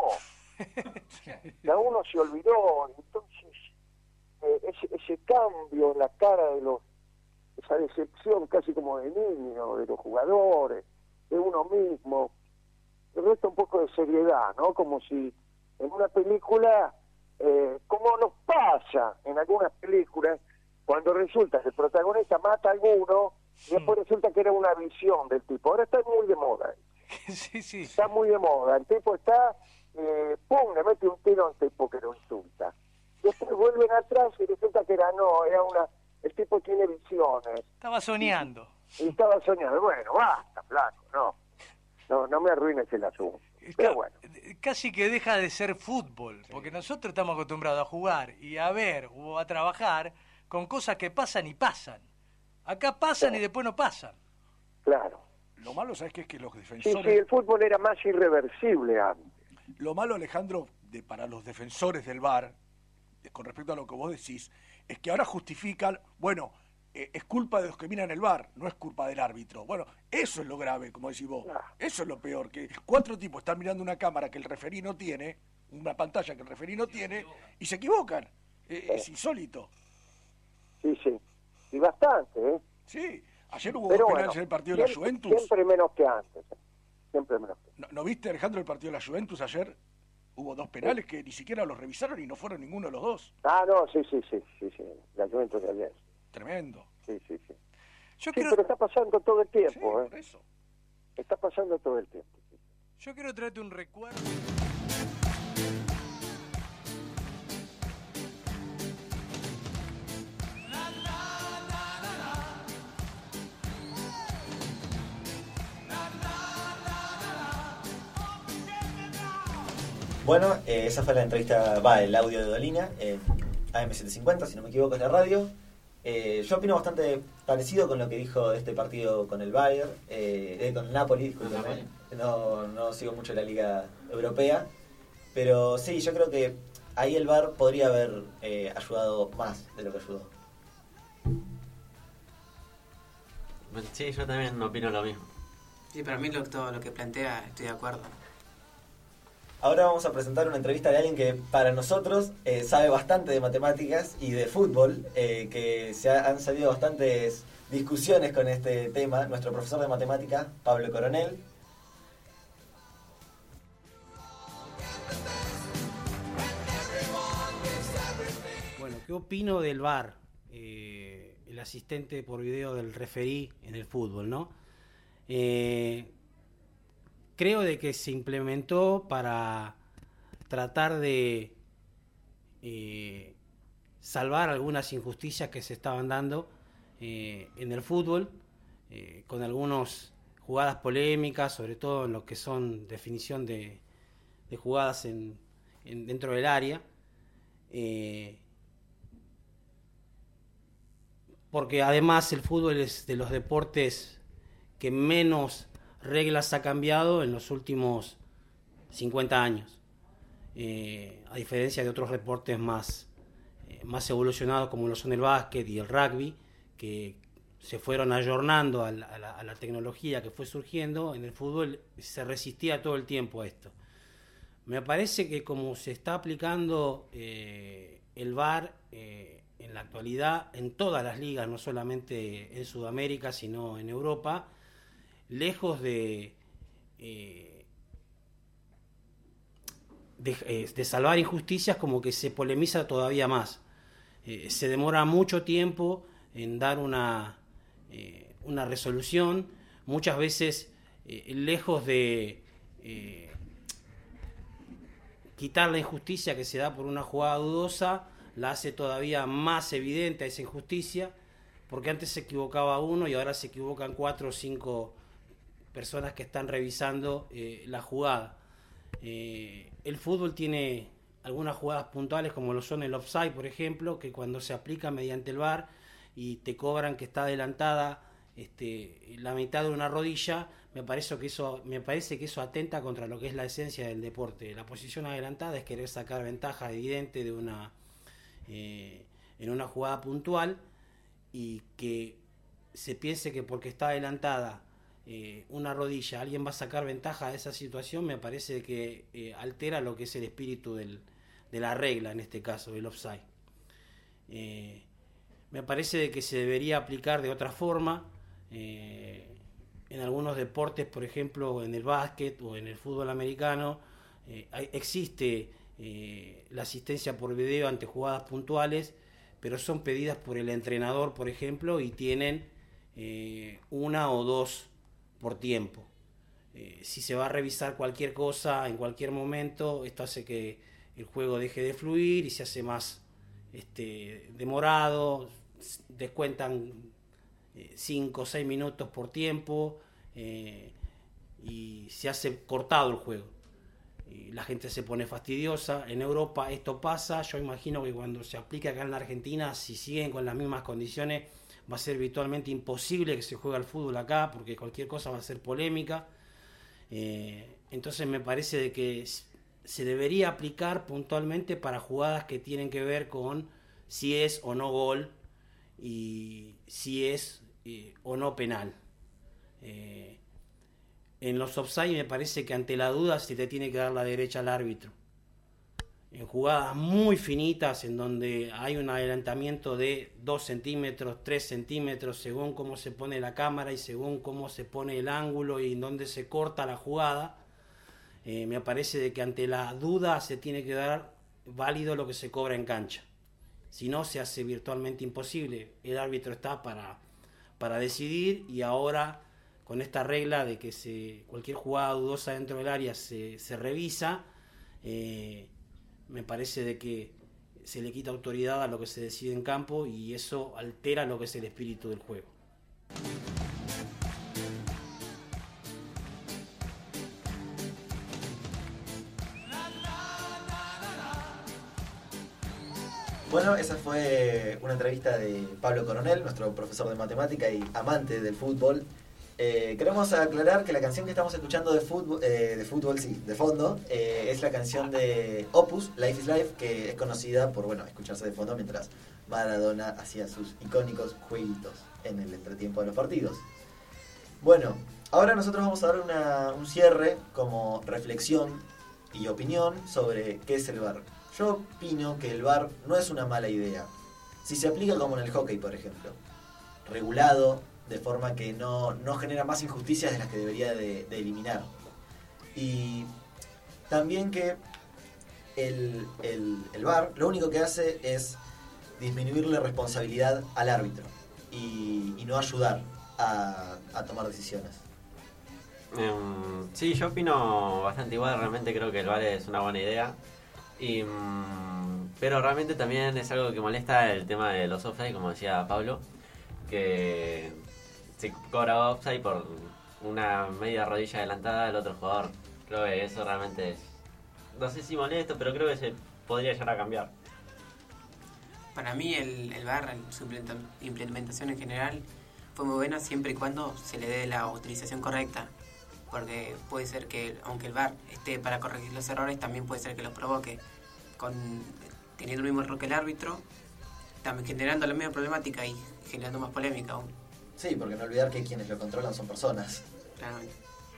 S16: Ya uno se olvidó. Entonces, eh, ese, ese cambio en la cara de los, esa decepción casi como de niño, de los jugadores, de uno mismo, le resta un poco de seriedad, ¿no? Como si en una película... Eh, como nos pasa en algunas películas, cuando resulta que el protagonista mata a alguno y después resulta que era una visión del tipo. Ahora está muy de moda.
S17: Sí, sí.
S16: Está muy de moda. El tipo está, eh, pum, le mete un tiro a un tipo que lo insulta. Después vuelven atrás y resulta que era no, era una... El tipo tiene visiones.
S17: Estaba soñando.
S16: Y, y estaba soñando. Bueno, basta, flaco, no. No, no me arruines el asunto. Pero bueno.
S17: Casi que deja de ser fútbol, sí. Porque nosotros estamos acostumbrados a jugar y a ver o a trabajar con cosas que pasan y pasan. Acá pasan, claro, y después no pasan.
S16: Claro.
S18: Lo malo, ¿sabes qué? Es que los defensores...
S16: Sí, sí, el fútbol era más irreversible antes.
S18: Lo malo, Alejandro, de, para los defensores del V A R, con respecto a lo que vos decís, es que ahora justifican, bueno, eh, es culpa de los que miran el V A R, no es culpa del árbitro. Bueno, eso es lo grave, como decís vos. Claro. Eso es lo peor, que cuatro tipos están mirando una cámara que el referí no tiene, una pantalla que el referí no tiene, y se equivocan. Eh, sí. Es insólito.
S16: Sí, sí. Y bastante, ¿eh?
S18: Sí. Ayer hubo
S16: Pero
S18: dos
S16: bueno,
S18: penales en el partido
S16: siempre,
S18: de la Juventus.
S16: Siempre menos que antes. Siempre menos que antes.
S18: ¿No, ¿No viste, Alejandro, el partido de la Juventus ayer? Hubo dos penales sí. que ni siquiera los revisaron y no fueron ninguno de los dos.
S16: Ah, no, sí, sí, sí. sí, sí. La Juventus de ayer.
S18: Tremendo.
S16: Sí, sí, sí.
S17: Yo
S16: sí,
S17: quiero...
S16: pero está pasando todo el tiempo,
S18: sí,
S16: ¿eh?
S18: Por eso.
S16: Está pasando todo el tiempo. Sí.
S17: Yo quiero traerte un recuerdo.
S5: Bueno, eh, esa fue la entrevista, va, el audio de Dolina, en A M setecientos cincuenta, si no me equivoco es la radio. Eh, yo opino bastante parecido con lo que dijo de este partido con el Bayern, eh, eh, con el Napoli, discúlpeme, no, no sigo mucho la liga europea, pero sí, yo creo que ahí el V A R podría haber eh, ayudado más de lo que ayudó.
S13: Sí, yo también opino lo mismo.
S15: Sí, para mí lo, todo lo que plantea estoy de acuerdo.
S5: Ahora vamos a presentar una entrevista de alguien que para nosotros eh, sabe bastante de matemáticas y de fútbol, eh, que se ha, han salido bastantes discusiones con este tema. Nuestro profesor de matemáticas, Pablo Coronel.
S19: Bueno, ¿qué opino del V A R? Eh, el asistente por video del referí en el fútbol, ¿no? Eh, creo de que se implementó para tratar de eh, salvar algunas injusticias que se estaban dando eh, en el fútbol, eh, con algunas jugadas polémicas, sobre todo en lo que son definición de, de jugadas en, en, dentro del área. Eh, porque además el fútbol es de los deportes que menos reglas ha cambiado en los últimos cincuenta años, eh, a diferencia de otros deportes más, eh, más evolucionados como lo son el básquet y el rugby, que se fueron ayornando a la, a, la, a la tecnología que fue surgiendo. En el fútbol se resistía todo el tiempo a esto. Me parece que como se está aplicando eh, el V A R eh, en la actualidad en todas las ligas, no solamente en Sudamérica sino en Europa, lejos de, eh, de, eh, de salvar injusticias, como que se polemiza todavía más. Eh, se demora mucho tiempo en dar una, eh, una resolución, muchas veces eh, lejos de eh, quitar la injusticia que se da por una jugada dudosa, la hace todavía más evidente a esa injusticia, porque antes se equivocaba uno y ahora se equivocan cuatro o cinco personas que están revisando eh, la jugada. Eh, el fútbol tiene algunas jugadas puntuales como lo son el offside, por ejemplo, que cuando se aplica mediante el V A R y te cobran que está adelantada este, la mitad de una rodilla, me parece que eso me parece que eso atenta contra lo que es la esencia del deporte. La posición adelantada es querer sacar ventaja evidente de una eh, en una jugada puntual, y que se piense que porque está adelantada eh, una rodilla alguien va a sacar ventaja de esa situación, me parece que eh, altera lo que es el espíritu del, de la regla, en este caso el offside. Eh, me parece de que se debería aplicar de otra forma. Eh, en algunos deportes, por ejemplo en el básquet o en el fútbol americano, eh, hay, existe eh, la asistencia por video ante jugadas puntuales, pero son pedidas por el entrenador, por ejemplo, y tienen eh, una o dos por tiempo. Eh, si se va a revisar cualquier cosa en cualquier momento, esto hace que el juego deje de fluir y se hace más este, demorado, descuentan cinco o seis minutos por tiempo eh, y se hace cortado el juego. Y la gente se pone fastidiosa. En Europa esto pasa. Yo imagino que cuando se aplique acá en la Argentina, si siguen con las mismas condiciones, va a ser virtualmente imposible que se juegue al fútbol acá, porque cualquier cosa va a ser polémica. Eh, entonces me parece de que se debería aplicar puntualmente para jugadas que tienen que ver con si es o no gol y si es eh, o no penal. Eh, En los offside me parece que ante la duda se te tiene que dar la derecha al árbitro. En jugadas muy finitas, en donde hay un adelantamiento de dos centímetros, tres centímetros, según cómo se pone la cámara y según cómo se pone el ángulo y en dónde se corta la jugada, eh, me parece de que ante la duda se tiene que dar válido lo que se cobra en cancha. Si no, se hace virtualmente imposible. El árbitro está para, para decidir, y ahora con esta regla de que se, cualquier jugada dudosa dentro del área se, se revisa, eh, me parece de que se le quita autoridad a lo que se decide en campo, y eso altera lo que es el espíritu del juego.
S5: Bueno, esa fue una entrevista de Pablo Coronel, nuestro profesor de matemática y amante del fútbol. Eh, queremos aclarar que la canción que estamos escuchando de fútbol, eh, de fútbol, sí, de fondo, eh, es la canción de Opus, Life is Life, que es conocida por, bueno, escucharse de fondo mientras Maradona hacía sus icónicos jueguitos en el entretiempo de los partidos. Bueno, ahora nosotros vamos a dar una, un cierre como reflexión y opinión sobre qué es el V A R. Yo opino que el V A R no es una mala idea. Si se aplica como en el hockey, por ejemplo, regulado, de forma que no, no genera más injusticias de las que debería de, de eliminar. Y también que el, el, el V A R lo único que hace es disminuirle responsabilidad al árbitro y, y no ayudar a, a tomar decisiones.
S13: Um, sí, yo opino bastante igual, realmente creo que el V A R es una buena idea. Y, um, pero realmente también es algo que molesta el tema de los offside, como decía Pablo, que se cobra offside por una media rodilla adelantada del otro jugador. Creo que eso realmente es, no sé si molesto, pero creo que se podría llegar a cambiar.
S15: Para mí el, el V A R, su implementación en general, fue muy buena siempre y cuando se le dé la utilización correcta. Porque puede ser que, aunque el V A R esté para corregir los errores, también puede ser que los provoque, con teniendo el mismo error que el árbitro, también generando la misma problemática y generando más polémica aún.
S5: Sí, porque no olvidar que quienes lo controlan son personas.
S15: Claramente.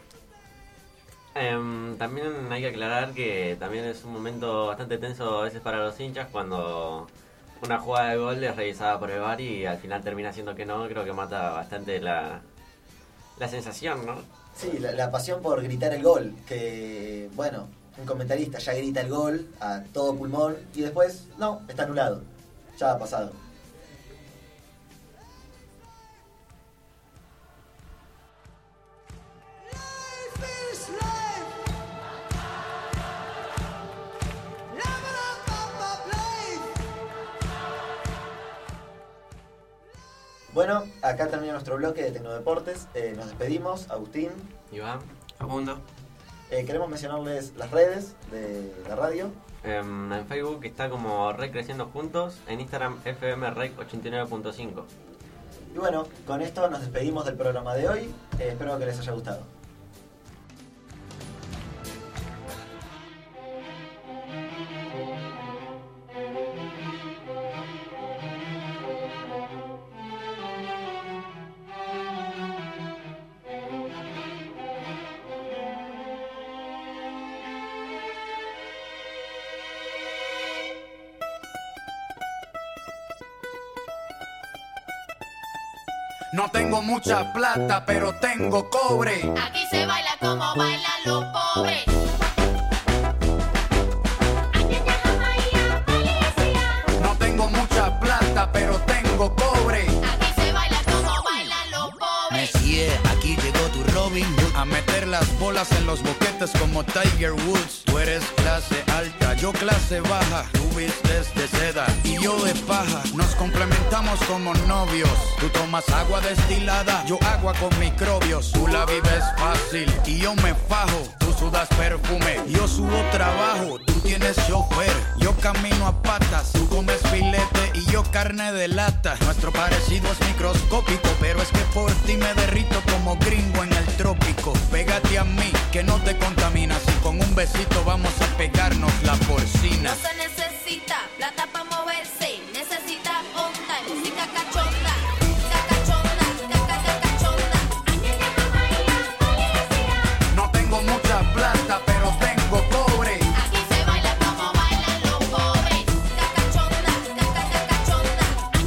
S13: Um, también hay que aclarar que también es un momento bastante tenso a veces para los hinchas cuando una jugada de gol es revisada por el V A R y al final termina siendo que no. Creo que mata bastante la, la sensación, ¿no?
S5: Sí, la, la pasión por gritar el gol, que, bueno, un comentarista ya grita el gol a todo pulmón y después, no, está anulado, ya ha pasado. Bueno, acá termina nuestro bloque de Tecnodeportes. Eh, nos despedimos. Agustín.
S13: Iván.
S15: Facundo.
S5: Eh, queremos mencionarles las redes de la radio.
S13: Um, en Facebook está como Rec Creciendo Juntos. En Instagram F M Rec ochenta y nueve punto cinco.
S5: Y bueno, con esto nos despedimos del programa de hoy. Eh, espero que les haya gustado.
S14: No tengo mucha plata, pero tengo cobre.
S6: Aquí se baila como bailan los pobres.
S14: No tengo mucha plata, pero tengo cobre.
S6: Aquí se baila como bailan los pobres.
S14: Messier, aquí llegó tu Robin Hood a meter las bolas en los boquetes como Tiger Woods. Tú eres clase alta, yo clase baja. Tú vistes de seda y yo de paja. Nos complementamos como novios. Tú tomas agua destilada, yo agua con microbios. Tú la vives fácil y yo me fajo. Tú sudas perfume, yo subo trabajo. Tú tienes chofer, yo camino a patas. Tú comes filete y yo carne de lata. Nuestro parecido es microscópico, pero es que por ti me derrito como gringo en el trópico. Pégate a mí, que no te contaminas. Y con un besito vamos a pegarnos la porcina.
S6: No se necesita plata para moverse, necesita onda y música cachonda.
S14: No tengo mucha plata, pero tengo cobre.
S6: Aquí se baila como bailan los pobres. Cachonda, cachonda.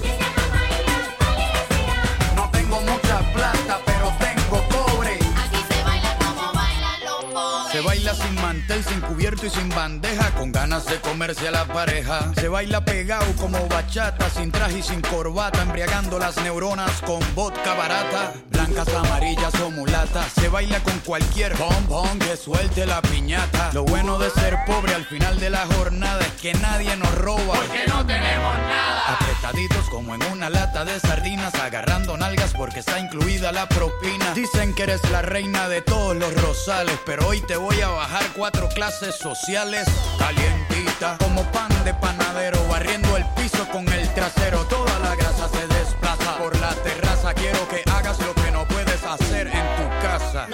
S14: No tengo mucha plata, pero tengo cobre.
S6: Aquí se baila como bailan los pobres.
S14: Se baila sin mantel, sin cubierto y sin bandeja, con ganas de comerse a la pareja. Se baila pegado como bachata, sin traje y sin corbata, embriagando las neuronas con vodka barata. Blancas, amarillas o mulatas. Se baila con cualquier bombón que suelte la piñata. Lo bueno de ser pobre al final de la jornada es que nadie nos roba, porque no tenemos nada. Apretaditos como en una lata de sardinas, agarrando nalgas porque está incluida la propina. Dicen que eres la reina de todos los rosales, pero hoy te voy a bajar cuatro clases sociales. Calientita como pan de panadero, barriendo el piso con el trasero. Toda la grasa se desplaza por la terraza. Quiero que hagas lo que no puedes hacer en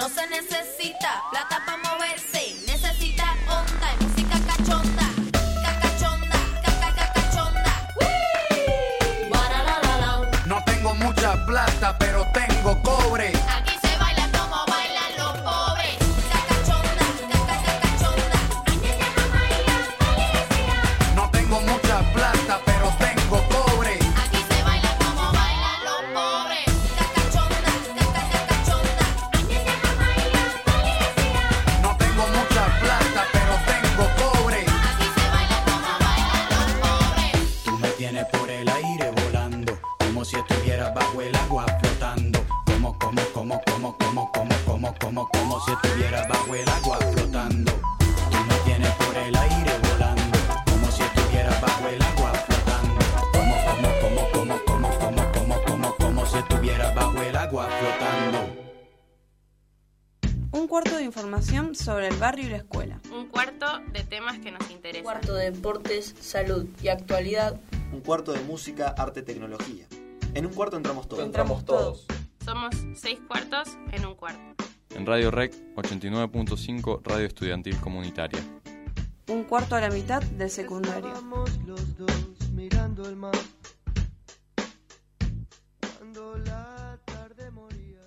S6: No se necesita plata para moverse, necesita onda y música cachonda. Cacachonda, caca cacachonda. Guarararara.
S14: No tengo mucha plata, pero tengo cobre.
S6: Aquí se baila como bailan los pobres. Cacachonda, caca cacachonda.
S14: No tengo mucha plata, pero tengo cobre.
S6: Aquí se baila como bailan los pobres. Cacachonda, caca cacachonda.
S14: No tengo mucha plata, pero tengo cobre.
S6: Aquí se baila como bailan los pobres.
S14: Tú me tienes por el aire volando, como si estuvieras bajo el agua flotando. Como, como, como, como, como, como, como, como, como si estuvieras bajo el agua flotando. Tú me tienes por el aire volando, como si estuvieras bajo el agua flotando. Como, como, como, como, como, como, como, como, como si estuvieras bajo el agua flotando.
S2: Un cuarto de información sobre el barrio y la escuela.
S3: Un cuarto de temas que nos interesan.
S4: Un cuarto de deportes, salud y actualidad.
S5: Un cuarto de música, arte, tecnología. En un cuarto entramos todos.
S3: Entramos todos. Somos seis cuartos en un cuarto.
S7: En Radio Rec ochenta y nueve punto cinco, Radio Estudiantil Comunitaria.
S2: Un cuarto a la mitad del secundario.
S8: Estábamos los dos mirando el mar cuando la tarde moría.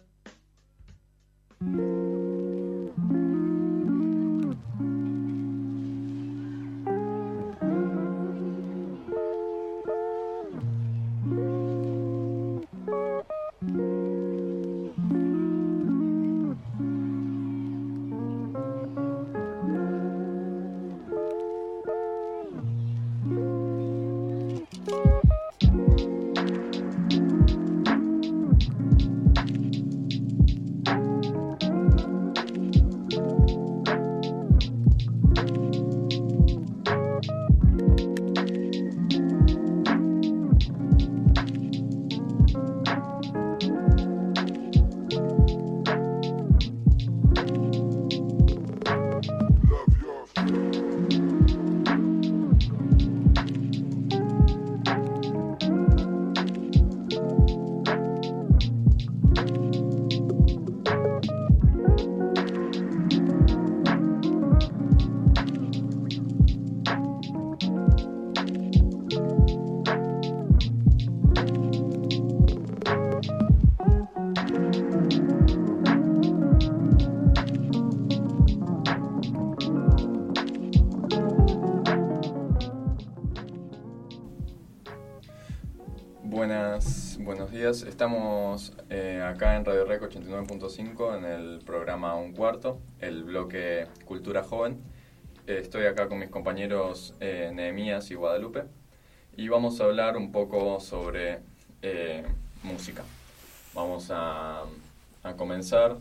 S7: Buenas, buenos días. Estamos eh, acá en Radio Rec ochenta y nueve punto cinco en el programa Un Cuarto, el bloque Cultura Joven. Eh, estoy acá con mis compañeros eh, Nehemías y Guadalupe y vamos a hablar un poco sobre eh, música. Vamos a, a comenzar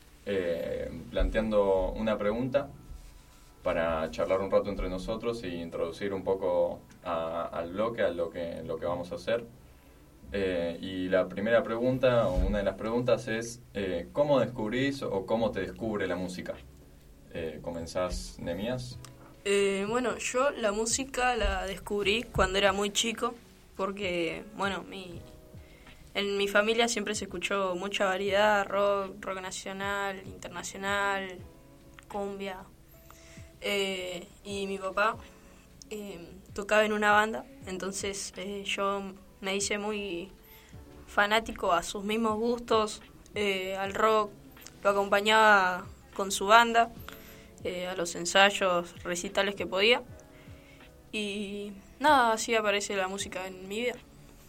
S7: eh, planteando una pregunta para charlar un rato entre nosotros y introducir un poco a, al bloque, a lo que, lo que vamos a hacer. Eh, y la primera pregunta, o una de las preguntas es, eh, ¿cómo descubrís o cómo te descubre la música? Eh, ¿Comenzás, Nehemías?
S4: Eh, bueno, yo la música la descubrí cuando era muy chico, porque, bueno, mi, en mi familia siempre se escuchó mucha variedad, rock, rock nacional, internacional, cumbia. Eh, y mi papá eh, tocaba en una banda, entonces eh, yo me hice muy fanático a sus mismos gustos, eh, al rock, lo acompañaba con su banda, eh, a los ensayos, recitales que podía, y nada, así aparece la música en mi vida.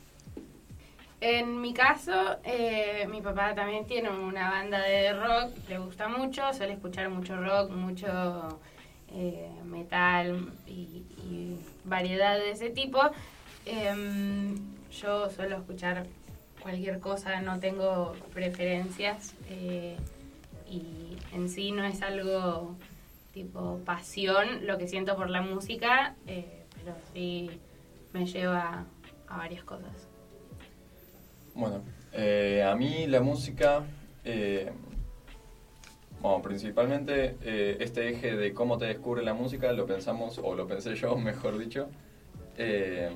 S20: En mi caso, eh, mi papá también tiene una banda de rock, le gusta mucho, suele escuchar mucho rock, mucho eh, metal y, y variedad de ese tipo. Eh, yo suelo escuchar cualquier cosa, no tengo preferencias eh, y en sí no es algo tipo pasión lo que siento por la música, eh, pero sí me lleva a varias cosas.
S7: Bueno, eh, a mí la música, eh, bueno, principalmente eh, este eje de cómo te descubre la música lo pensamos, o lo pensé yo, mejor dicho, eh,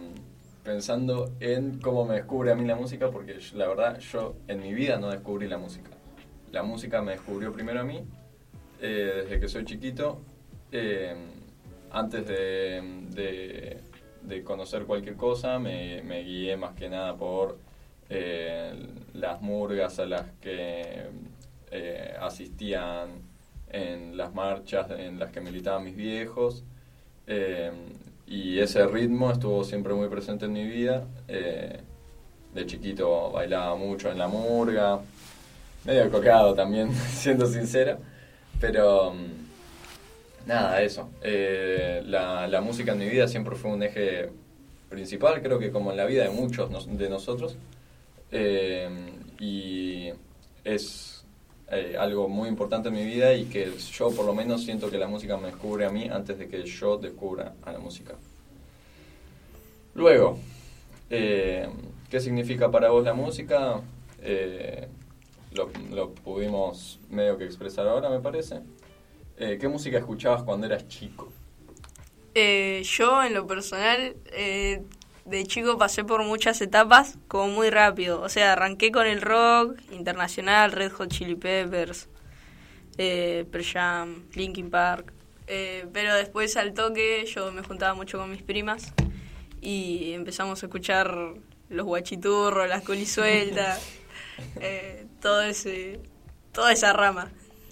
S7: pensando en cómo me descubre a mí la música, porque yo, la verdad yo en mi vida no descubrí la música. la música me descubrió primero a mí, eh, desde que soy chiquito. Eh, antes de, de, de conocer cualquier cosa, me, me guié más que nada por eh, las murgas a las que eh, asistían en las marchas en las que militaban mis viejos. Eh, y ese ritmo estuvo siempre muy presente en mi vida. Eh, de chiquito bailaba mucho en la murga, medio coqueado también, siendo sincera, pero nada, eso. Eh, la, la música en mi vida siempre fue un eje principal, creo que como en la vida de muchos nos, de nosotros, eh, y es eh, algo muy importante en mi vida y que yo por lo menos siento que la música me descubre a mí antes de que yo descubra a la música. Luego, eh, ¿qué significa para vos la música? Eh, lo, lo pudimos medio que expresar ahora, me parece. Eh, ¿Qué música escuchabas cuando eras chico?
S4: Eh, yo, en lo personal, eh, de chico pasé por muchas etapas como muy rápido. O sea, arranqué con el rock internacional, Red Hot Chili Peppers, eh, Pearl Jam, Linkin Park. Eh, pero después, al toque, yo me juntaba mucho con mis primas y empezamos a escuchar los guachiturros, las colisueltas, eh, todo ese, toda esa rama.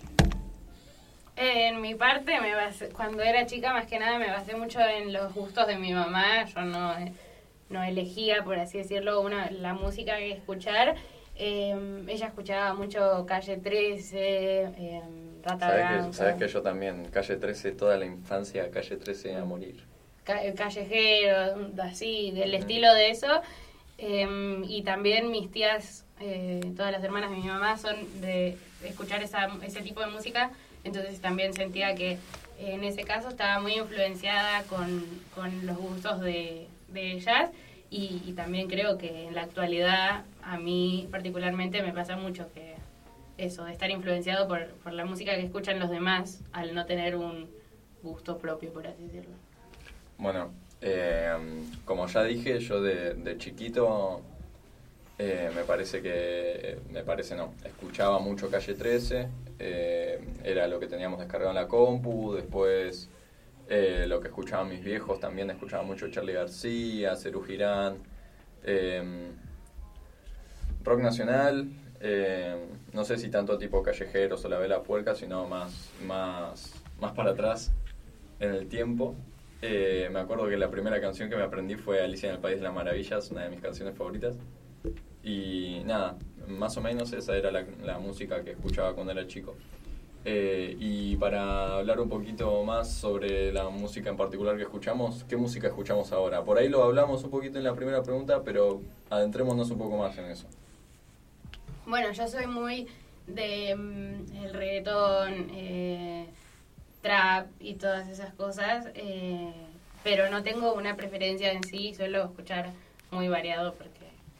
S20: En mi parte, me basé, cuando era chica, más que nada, me basé mucho en los gustos de mi mamá. Yo no, no elegía, por así decirlo, una, la música que escuchar. Eh, ella escuchaba mucho Calle trece, eh, Rata Blanca.
S7: Sabes que yo también, Calle trece, toda la infancia, Calle trece a morir.
S20: Ca- callejero, así, del estilo de eso. Eh, y también mis tías, eh, todas las hermanas de mi mamá, son de escuchar esa, ese tipo de música. Entonces también sentía que en ese caso estaba muy influenciada con, con los gustos de, de ellas y, y también creo que en la actualidad a mí particularmente me pasa mucho que eso, de estar influenciado por, por la música que escuchan los demás al no tener un gusto propio, por así decirlo.
S7: Bueno, eh, como ya dije, yo de, de chiquito eh, me parece que, me parece no, escuchaba mucho Calle trece. Eh, era lo que teníamos descargado en la compu. Después eh, lo que escuchaban mis viejos, también escuchaba mucho Charly García, Serú Girán, eh, rock nacional, eh, no sé si tanto tipo Callejeros o La Vela Puerca, sino más, más, más para atrás en el tiempo. Eh, me acuerdo que la primera canción que me aprendí fue Alicia en el País de las Maravillas, una de mis canciones favoritas. Y nada, más o menos esa era la, la música que escuchaba cuando era chico. Eh, y para hablar un poquito más sobre la música en particular que escuchamos, ¿qué música escuchamos ahora? Por ahí lo hablamos un poquito en la primera pregunta, pero adentrémonos un poco más en eso.
S20: Bueno, yo soy muy de mm, el reggaetón, eh, trap y todas esas cosas, eh, pero no tengo una preferencia en sí, suelo escuchar muy variado porque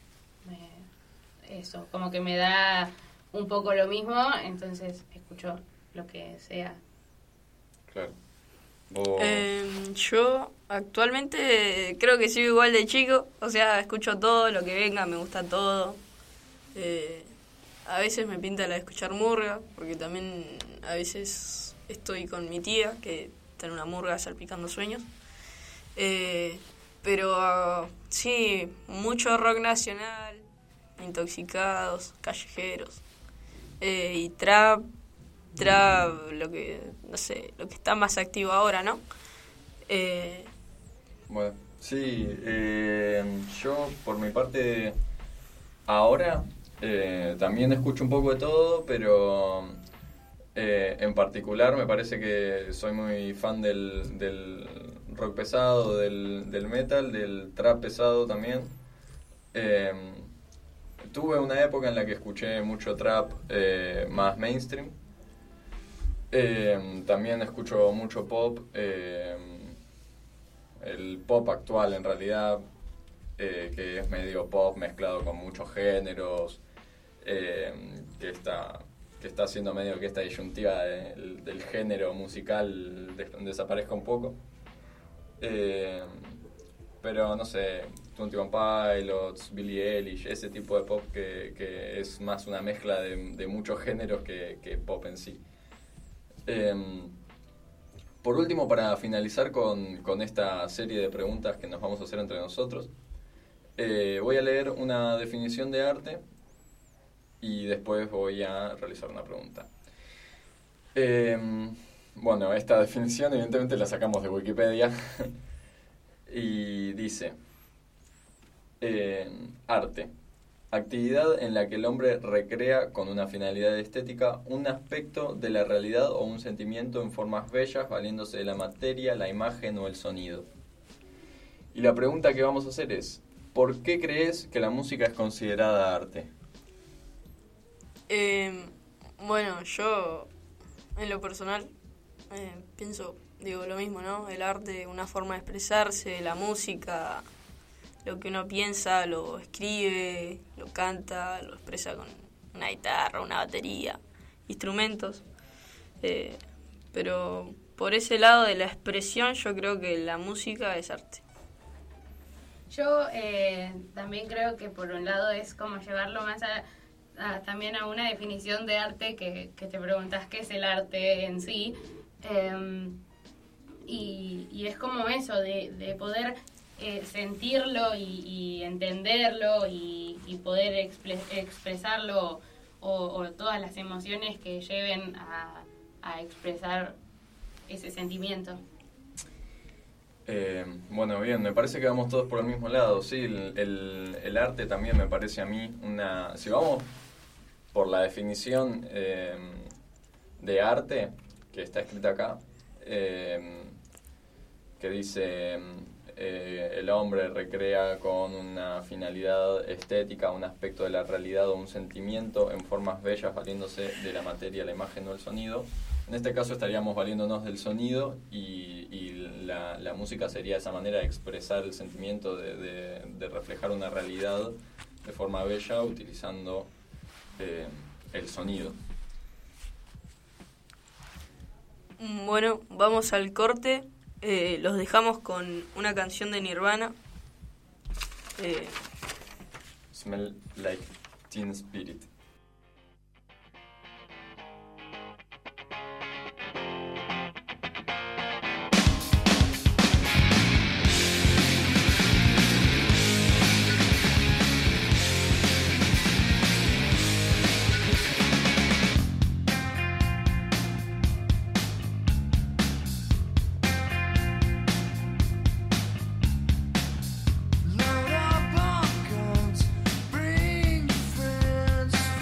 S20: eso, como que me da un poco lo mismo, entonces escucho lo que sea.
S7: Claro.
S4: Eh, yo actualmente creo que sigo igual de chico, o sea, escucho todo, lo que venga, me gusta todo. Eh, a veces me pinta la de escuchar murga, porque también a veces estoy con mi tía, que está en una murga salpicando sueños. Eh, pero uh, sí, mucho rock nacional, Intoxicados, Callejeros, eh, y trap, trap, lo que, no sé, lo que está más activo ahora, ¿no? Eh,
S7: bueno, sí, eh, yo por mi parte ahora eh, también escucho un poco de todo, pero eh, en particular me parece que soy muy fan del, del rock pesado, del, del metal, del trap pesado también. Eh, Tuve una época en la que escuché mucho trap eh, más mainstream. Eh, también escucho mucho pop. Eh, el pop actual, en realidad, eh, que es medio pop mezclado con muchos géneros, eh, que está que está haciendo medio que esta disyuntiva de, del género musical de, desaparezca un poco. Eh, pero no sé, twenty-one Pilots, Billie Eilish, ese tipo de pop que, que es más una mezcla de, de muchos géneros que, que pop en sí. Eh, por último, para finalizar con, con esta serie de preguntas que nos vamos a hacer entre nosotros, eh, voy a leer una definición de arte y después voy a realizar una pregunta. Eh, bueno, esta definición evidentemente la sacamos de Wikipedia y dice: eh, arte, actividad en la que el hombre recrea con una finalidad estética un aspecto de la realidad o un sentimiento en formas bellas valiéndose de la materia, la imagen o el sonido. Y la pregunta que vamos a hacer es: ¿por qué crees que la música es considerada arte?
S4: Eh, bueno, yo en lo personal eh, pienso, digo lo mismo, ¿no? El arte, una forma de expresarse, la música, lo que uno piensa, lo escribe, lo canta, lo expresa con una guitarra, una batería, instrumentos. Eh, pero por ese lado de la expresión yo creo que la música es arte.
S20: Yo eh, también creo que por un lado es como llevarlo más a, a, también a una definición de arte que, que te preguntas qué es el arte en sí. Eh, y, y es como eso, de, de poder eh, sentirlo y, y entenderlo y, y poder expre, expresarlo o, o todas las emociones que lleven a, a expresar ese sentimiento.
S7: Eh, bueno, bien, me parece que vamos todos por el mismo lado. Sí, el, el, el arte también me parece a mí una... Si vamos por la definición eh, de arte que está escrita acá, eh, que dice eh, el hombre recrea con una finalidad estética un aspecto de la realidad o un sentimiento en formas bellas valiéndose de la materia, la imagen o el sonido. En este caso estaríamos valiéndonos del sonido y, y la, la música sería esa manera de expresar el sentimiento, de, de, de reflejar una realidad de forma bella utilizando eh, el sonido.
S4: Bueno, vamos al corte. Eh, los dejamos con una canción de Nirvana. Eh,
S7: Smell Like Teen Spirit.
S8: Load up on guns, bring your friends.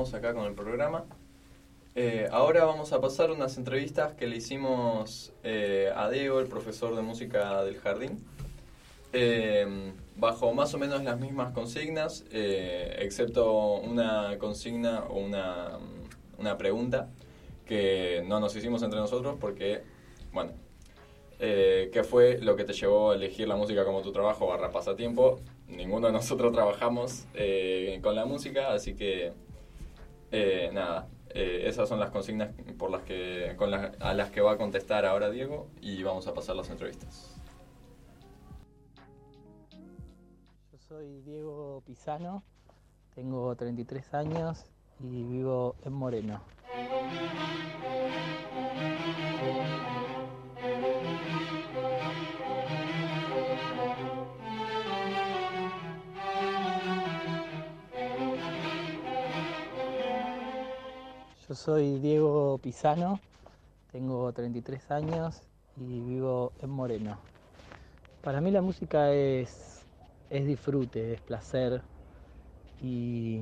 S7: continuamos acá con el programa. Eh, ahora vamos a pasar unas entrevistas que le hicimos eh, a Diego, el profesor de música del jardín, eh, bajo más o menos las mismas consignas, eh, excepto una consigna o una, una pregunta que no nos hicimos entre nosotros porque, bueno, eh, ¿qué fue lo que te llevó a elegir la música como tu trabajo barra pasatiempo? Ninguno de nosotros trabajamos eh, con la música, así que eh, nada, eh, esas son las consignas por las que, con las, a las que va a contestar ahora Diego, y vamos a pasar las entrevistas.
S21: Yo soy Diego Pisano, tengo treinta y tres años y vivo en Moreno. Yo soy Diego Pisano, tengo treinta y tres años y vivo en Moreno. Para mí la música es, es disfrute, es placer y,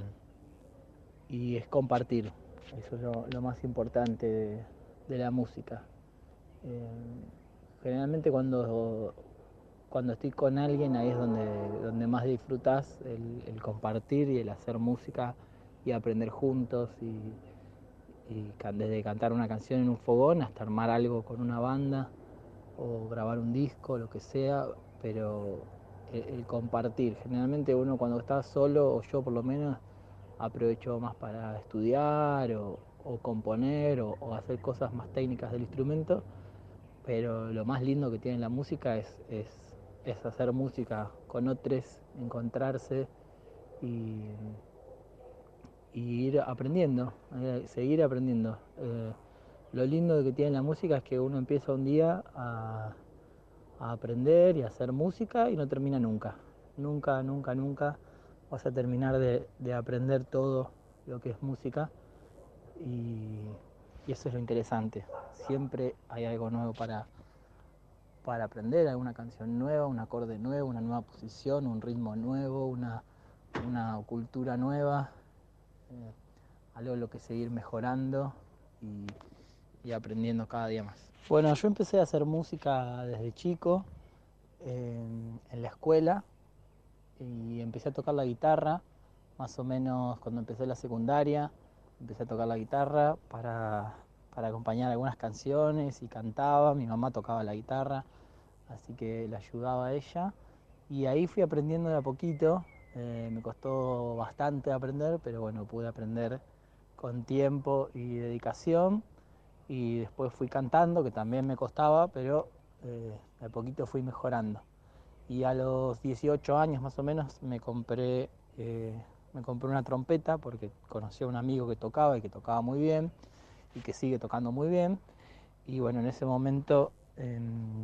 S21: y es compartir. Eso es lo, lo más importante de, de la música. Eh, generalmente cuando, cuando estoy con alguien, ahí es donde, donde más disfrutas el, el compartir y el hacer música y aprender juntos. Y, y desde cantar una canción en un fogón hasta armar algo con una banda o grabar un disco, lo que sea, pero el, el compartir. Generalmente uno cuando está solo, o yo por lo menos, aprovecho más para estudiar o, o componer o, o hacer cosas más técnicas del instrumento, pero lo más lindo que tiene la música es, es, es hacer música con otros, encontrarse y, y ir aprendiendo, eh, seguir aprendiendo. Eh, lo lindo que tiene la música es que uno empieza un día a, a aprender y a hacer música y no termina nunca. Nunca, nunca, nunca vas a terminar de, de aprender todo lo que es música y, y eso es lo interesante. Siempre hay algo nuevo para, para aprender, alguna canción nueva, un acorde nuevo, una nueva posición, un ritmo nuevo, una, una cultura nueva. Eh, algo en lo que seguir mejorando y, y aprendiendo cada día más. Bueno, yo empecé a hacer música desde chico en, en la escuela y empecé a tocar la guitarra más o menos cuando empecé la secundaria. Empecé a tocar la guitarra para, para acompañar algunas canciones y cantaba. Mi mamá tocaba la guitarra, así que le ayudaba a ella y ahí fui aprendiendo de a poquito. Eh, me costó bastante aprender, pero bueno, pude aprender con tiempo y dedicación. Y después fui cantando, que también me costaba, pero eh, de a poquito fui mejorando. Y a los dieciocho años más o menos me compré, eh, me compré una trompeta porque conocí a un amigo que tocaba y que tocaba muy bien y que sigue tocando muy bien. Y bueno, en ese momento eh,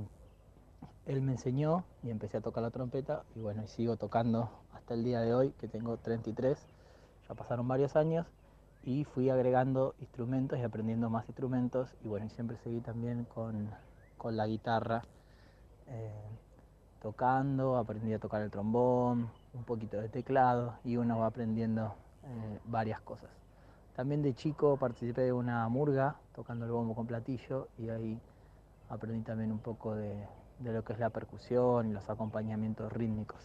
S21: él me enseñó y empecé a tocar la trompeta y bueno, y sigo tocando hasta el día de hoy, que tengo treinta y tres, ya pasaron varios años y fui agregando instrumentos y aprendiendo más instrumentos y bueno, y siempre seguí también con, con la guitarra, eh, tocando, aprendí a tocar el trombón, un poquito de teclado y uno va aprendiendo eh, varias cosas. También de chico participé de una murga tocando el bombo con platillo y ahí aprendí también un poco de, de lo que es la percusión y los acompañamientos rítmicos.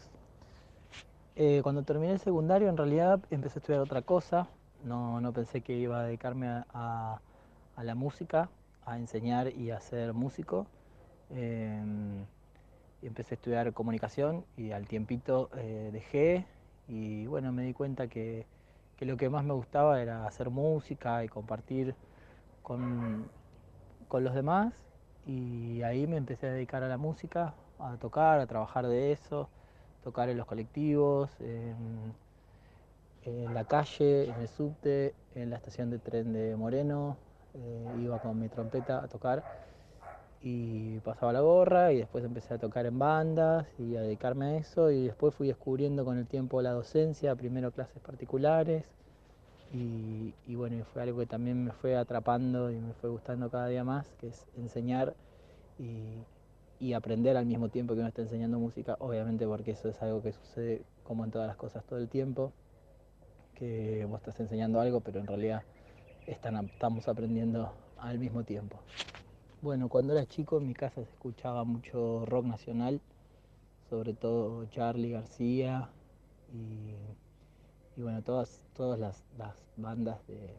S21: Eh, cuando terminé el secundario en realidad empecé a estudiar otra cosa, no, no pensé que iba a dedicarme a, a, a la música, a enseñar y a ser músico. Eh, empecé a estudiar comunicación y al tiempito eh, dejé y bueno, me di cuenta que, que lo que más me gustaba era hacer música y compartir con, con los demás y ahí me empecé a dedicar a la música, a tocar, a trabajar de eso, tocar en los colectivos, en, en la calle, en el subte, en la estación de tren de Moreno, eh, iba con mi trompeta a tocar y pasaba la gorra y después empecé a tocar en bandas y a dedicarme a eso y después fui descubriendo con el tiempo la docencia, primero clases particulares y, y bueno, fue algo que también me fue atrapando y me fue gustando cada día más, que es enseñar y, y aprender al mismo tiempo que uno está enseñando música, obviamente porque eso es algo que sucede como en todas las cosas todo el tiempo que vos estás enseñando algo, pero en realidad están, estamos aprendiendo al mismo tiempo. Bueno, cuando era chico en mi casa se escuchaba mucho rock nacional, sobre todo Charly García y, y bueno, todas, todas las, las bandas de,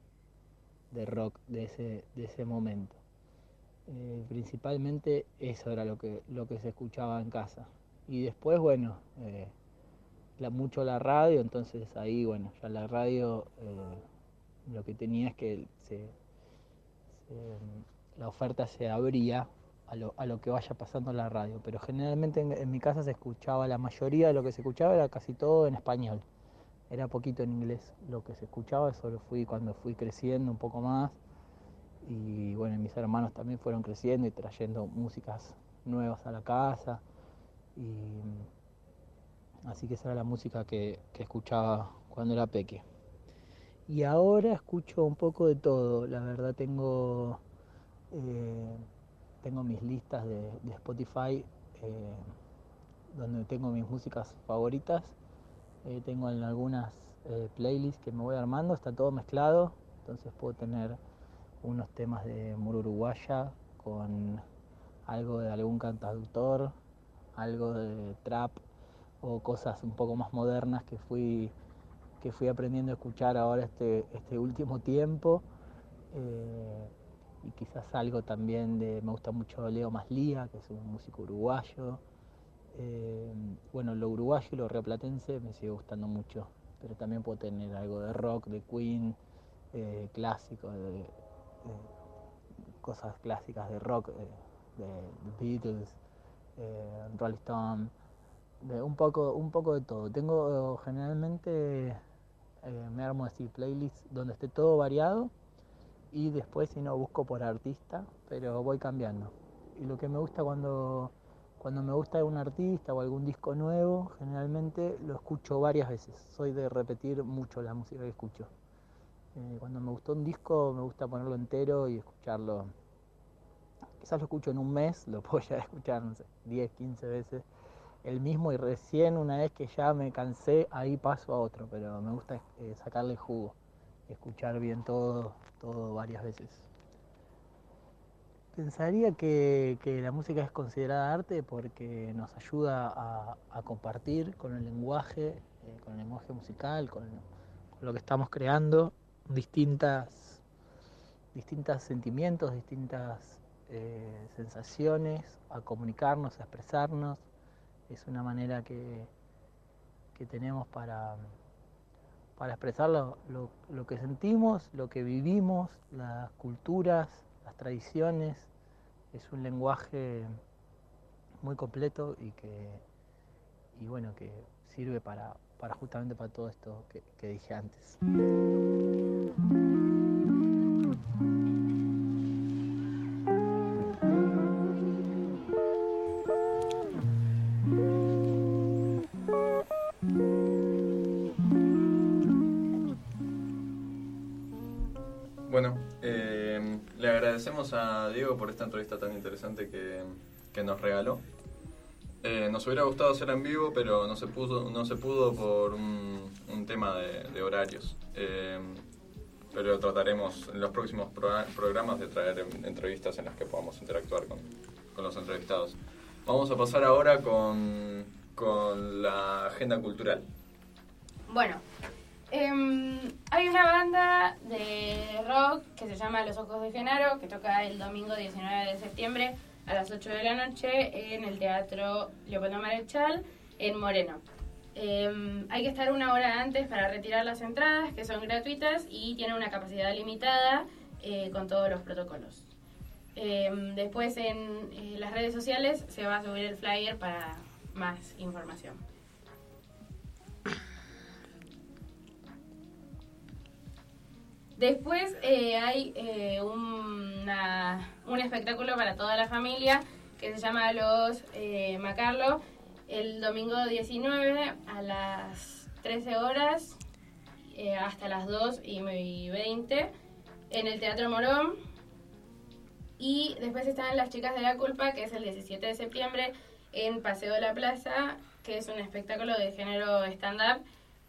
S21: de rock de ese, de ese momento. Eh, principalmente eso era lo que, lo que se escuchaba en casa. Y después, bueno, eh, la, mucho la radio, entonces ahí, bueno, ya la radio eh, lo que tenía es que se, se, la oferta se abría a lo, a lo que vaya pasando en la radio, pero generalmente en, en mi casa se escuchaba, la mayoría de lo que se escuchaba era casi todo en español, era poquito en inglés lo que se escuchaba, eso lo fui cuando fui creciendo un poco más, y bueno, mis hermanos también fueron creciendo y trayendo músicas nuevas a la casa, y así que esa era la música que, que escuchaba cuando era peque. Y ahora escucho un poco de todo, la verdad tengo... Eh, tengo mis listas de, de Spotify eh, donde tengo mis músicas favoritas, eh, tengo en algunas eh, playlists que me voy armando, está todo mezclado, entonces puedo tener unos temas de Muro Uruguaya con algo de algún cantautor, algo de trap o cosas un poco más modernas que fui, que fui aprendiendo a escuchar ahora este, este último tiempo. Eh, y quizás algo también de, me gusta mucho Leo Maslía, que es un músico uruguayo. Eh, bueno, lo uruguayo y lo rioplatense me sigue gustando mucho, pero también puedo tener algo de rock, de Queen, eh, clásico, de, de cosas clásicas de rock, de, de The Beatles, eh, Rolling Stone, de un poco, un poco de todo. Tengo generalmente, eh, me armo así playlists donde esté todo variado, y después si no busco por artista, pero voy cambiando. Y lo que me gusta cuando, cuando me gusta un artista o algún disco nuevo, generalmente lo escucho varias veces. Soy de repetir mucho la música que escucho. Eh, cuando me gustó un disco me gusta ponerlo entero y escucharlo. Quizás lo escucho en un mes, lo puedo ya escuchar, no sé, diez, quince veces el mismo, y recién una vez que ya me cansé, ahí paso a otro, pero me gusta eh, sacarle jugo, escuchar bien todo, todo varias veces. Pensaría que, que la música es considerada arte porque nos ayuda a, a compartir con el lenguaje, eh, con el lenguaje musical, con, con lo que estamos creando, distintas, distintos sentimientos, distintas eh, sensaciones, a comunicarnos, a expresarnos. Es una manera que, que tenemos para, para expresar lo, lo, lo que sentimos, lo que vivimos, las culturas, las tradiciones. Es un lenguaje muy completo y que y bueno que sirve para, para justamente para todo esto que, que dije antes.
S7: Bueno, eh, le agradecemos a Diego por esta entrevista tan interesante que, que nos regaló. Eh, nos hubiera gustado hacerla en vivo, pero no se pudo, no se pudo por un, un tema de, de horarios. Eh, pero trataremos en los próximos pro, programas de traer entrevistas en las que podamos interactuar con, con los entrevistados. Vamos a pasar ahora con, con la agenda cultural.
S20: Bueno, eh, hay una banda de rock que se llama Los Ojos de Genaro, que toca el domingo diecinueve de septiembre a las ocho de la noche en el Teatro Leopoldo Marechal en Moreno. Eh, hay que estar una hora antes para retirar las entradas, que son gratuitas y tienen una capacidad limitada eh, con todos los protocolos. Eh, después en eh, las redes sociales se va a subir el flyer para más información. Después eh, hay eh, una, un espectáculo para toda la familia que se llama Los eh, Macarlo, el domingo diecinueve a las trece horas eh, hasta las dos y veinte en el Teatro Morón. Y después están Las Chicas de la Culpa, que es el diecisiete de septiembre en Paseo de la Plaza, que es un espectáculo de género stand-up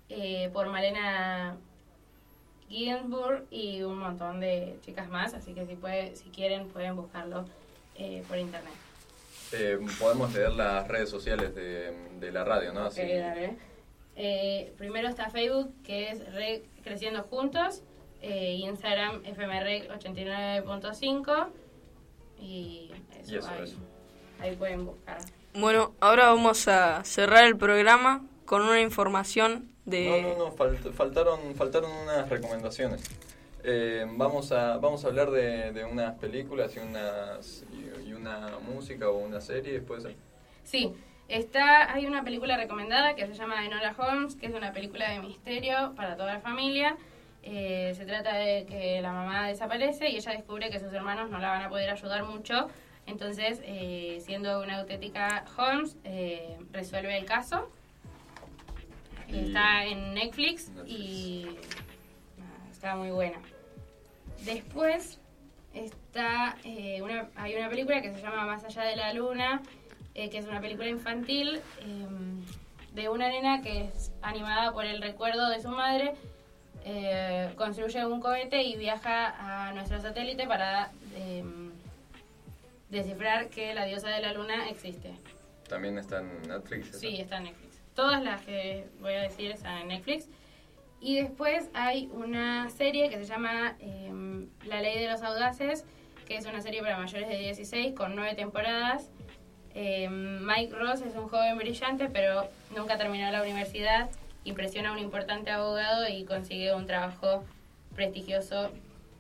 S20: eh, por Malena Ginsburg y un montón de chicas más, así que si puede, si quieren pueden buscarlo eh, por internet.
S7: Eh, podemos leer las redes sociales de, de la radio, ¿no? Así...
S20: Okay, dale. Eh, primero está Facebook, que es Rec Creciendo Juntos, eh, y Instagram F M Rec ochenta y nueve punto cinco, y eso,
S7: y eso,
S20: ahí,
S7: eso.
S20: ahí pueden buscar.
S4: Bueno, ahora vamos a cerrar el programa con una información de...
S7: No, no, no, falt- faltaron, faltaron unas recomendaciones. Eh, vamos a vamos a hablar de, de unas películas y unas y, y una música o una serie, ¿puede ser?
S20: Sí, está, hay una película recomendada que se llama Enola Holmes, que es una película de misterio para toda la familia. Eh, se trata de que la mamá desaparece y ella descubre que sus hermanos no la van a poder ayudar mucho. Entonces, eh, siendo una auténtica Holmes, eh, resuelve el caso.
S7: Y...
S20: Está en Netflix, Netflix. y nada, está muy buena. Después está eh, una, hay una película que se llama Más allá de la luna, eh, que es una película infantil eh, de una nena que es animada por el recuerdo de su madre. Eh, construye un cohete y viaja a nuestro satélite para eh, descifrar que la diosa de la luna existe.
S7: ¿También está en Netflix? ¿Eso?
S20: Sí, está en Netflix. Todas las que voy a decir están en Netflix. Y después hay una serie que se llama eh, La Ley de los Audaces, que es una serie para mayores de dieciséis con nueve temporadas. Eh, Mike Ross es un joven brillante, pero nunca terminó la universidad. Impresiona a un importante abogado y consigue un trabajo prestigioso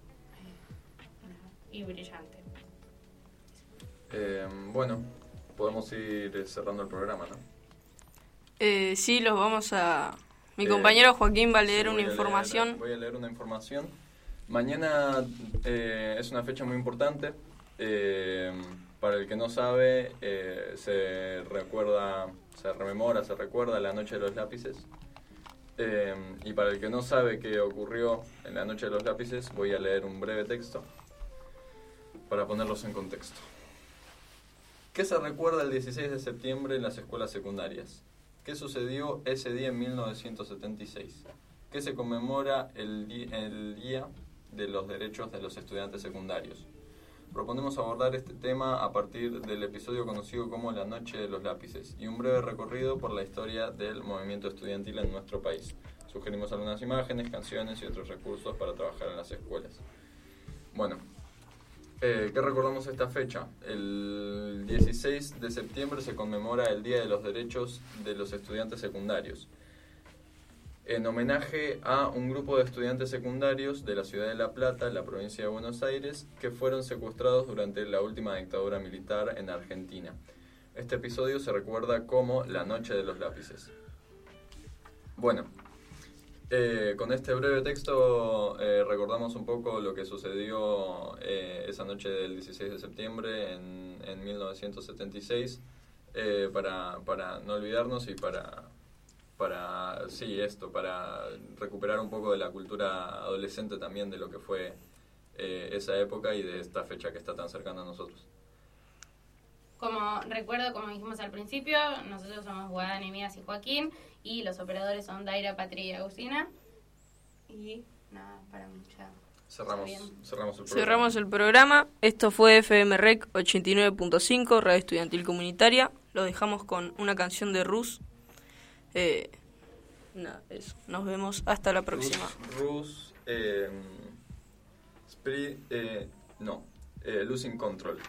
S20: y brillante.
S7: Eh, bueno, podemos ir cerrando el programa, ¿no?
S4: Eh, sí, los vamos a... Mi
S7: Eh,
S4: compañero Joaquín va a leer
S7: sí,
S4: una
S7: voy a
S4: información.
S7: Leer, voy a leer una información. Mañana eh, es una fecha muy importante. Eh, para el que no sabe, eh, se recuerda, se rememora, se recuerda la Noche de los Lápices. Eh, y para el que no sabe qué ocurrió en la Noche de los Lápices, voy a leer un breve texto para ponerlos en contexto. ¿Qué se recuerda el dieciséis de septiembre en las escuelas secundarias? ¿Qué sucedió ese día en mil novecientos setenta y seis? ¿Qué se conmemora el, di- el Día de los Derechos de los Estudiantes Secundarios? Proponemos abordar este tema a partir del episodio conocido como La Noche de los Lápices y un breve recorrido por la historia del movimiento estudiantil en nuestro país. Sugerimos algunas imágenes, canciones y otros recursos para trabajar en las escuelas. Bueno, eh, ¿qué recordamos esta fecha? El dieciséis de septiembre se conmemora el Día de los Derechos de los Estudiantes Secundarios, en homenaje a un grupo de estudiantes secundarios de la ciudad de La Plata, en la provincia de Buenos Aires, que fueron secuestrados durante la última dictadura militar en Argentina. Este episodio se recuerda como la Noche de los Lápices. Bueno, eh, con este breve texto eh, recordamos un poco lo que sucedió eh, esa noche del dieciséis de septiembre en, en mil novecientos setenta y seis, eh, para, para no olvidarnos y para... para sí esto para recuperar un poco de la cultura adolescente también de lo que fue eh, esa época y de esta fecha que está tan cercana a nosotros.
S20: Como recuerdo, como dijimos al principio, nosotros somos Guadán, Emías y Joaquín, y los operadores son Daira, Patri y Agustina. Y nada, para mucha...
S7: Cerramos, cerramos el programa.
S4: Cerramos el programa. Esto fue F M Rec ochenta y nueve punto cinco, Radio Estudiantil Comunitaria. Lo dejamos con una canción de Rus. Eh, nada, eso. Nos vemos hasta la próxima.
S7: Rus, Rus eh, Spirit, eh, no, eh, Losing Control.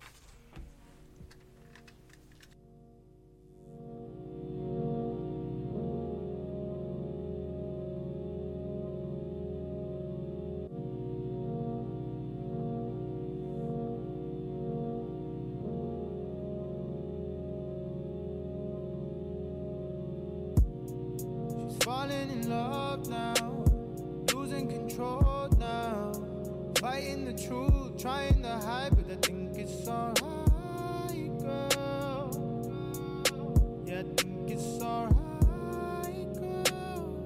S8: Falling in love now, losing control now, fighting the truth, trying to hide, but I think it's alright, girl. Yeah, I think it's alright, girl.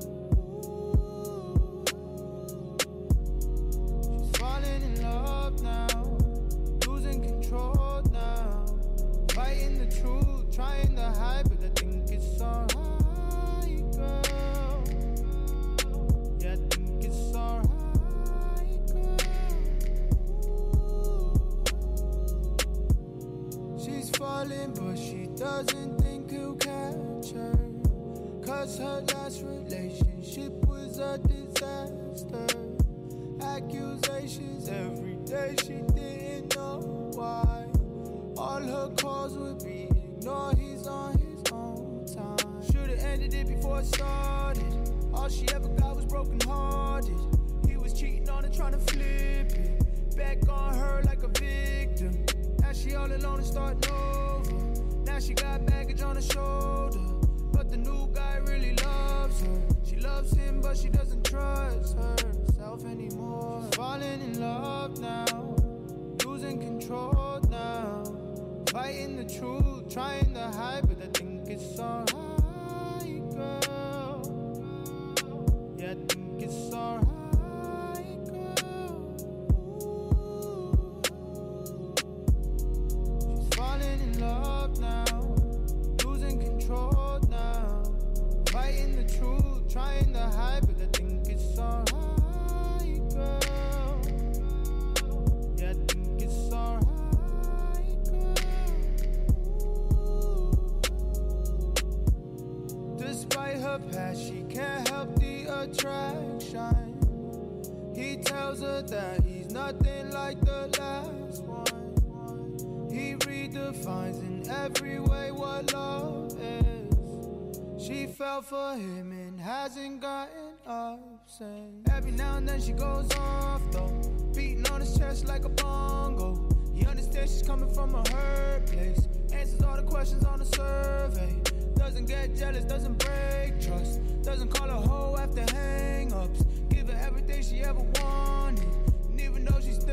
S8: She's falling in love now, losing control now, fighting the truth, trying to hide, but I think it's alright. Girl. doesn't think he'll catch her. Cause her last relationship was a disaster. Accusations every day, she didn't know why. All her calls would be ignored, he's on his own time. Should've ended it before it started. All she ever got was broken hearted. He was cheating on her, trying to flip it back on her like a victim. Now she all alone and starting over. Now she got baggage on her shoulder. But the new guy really loves her. She loves him, but she doesn't trust herself anymore. Falling in love now, losing control now. Fighting the truth, trying to hide, but I think it's alright, girl. Yeah, I think it's alright, girl. She's falling in love now, losing control now. Fighting the truth, trying to hide, but I think it's alright, girl. Yeah, I think it's alright. Despite her past, she can't help the attraction. He tells her that he's nothing like the last one. He redefines in every way what love is. She fell for him and hasn't gotten up since. Every now and then she goes off though, beating on his chest like a bongo. He understands she's coming from a hurt place, answers all the questions on the survey. Doesn't get jealous, doesn't break trust, doesn't call a hoe after hang-ups. Give her everything she ever wanted, and even though she's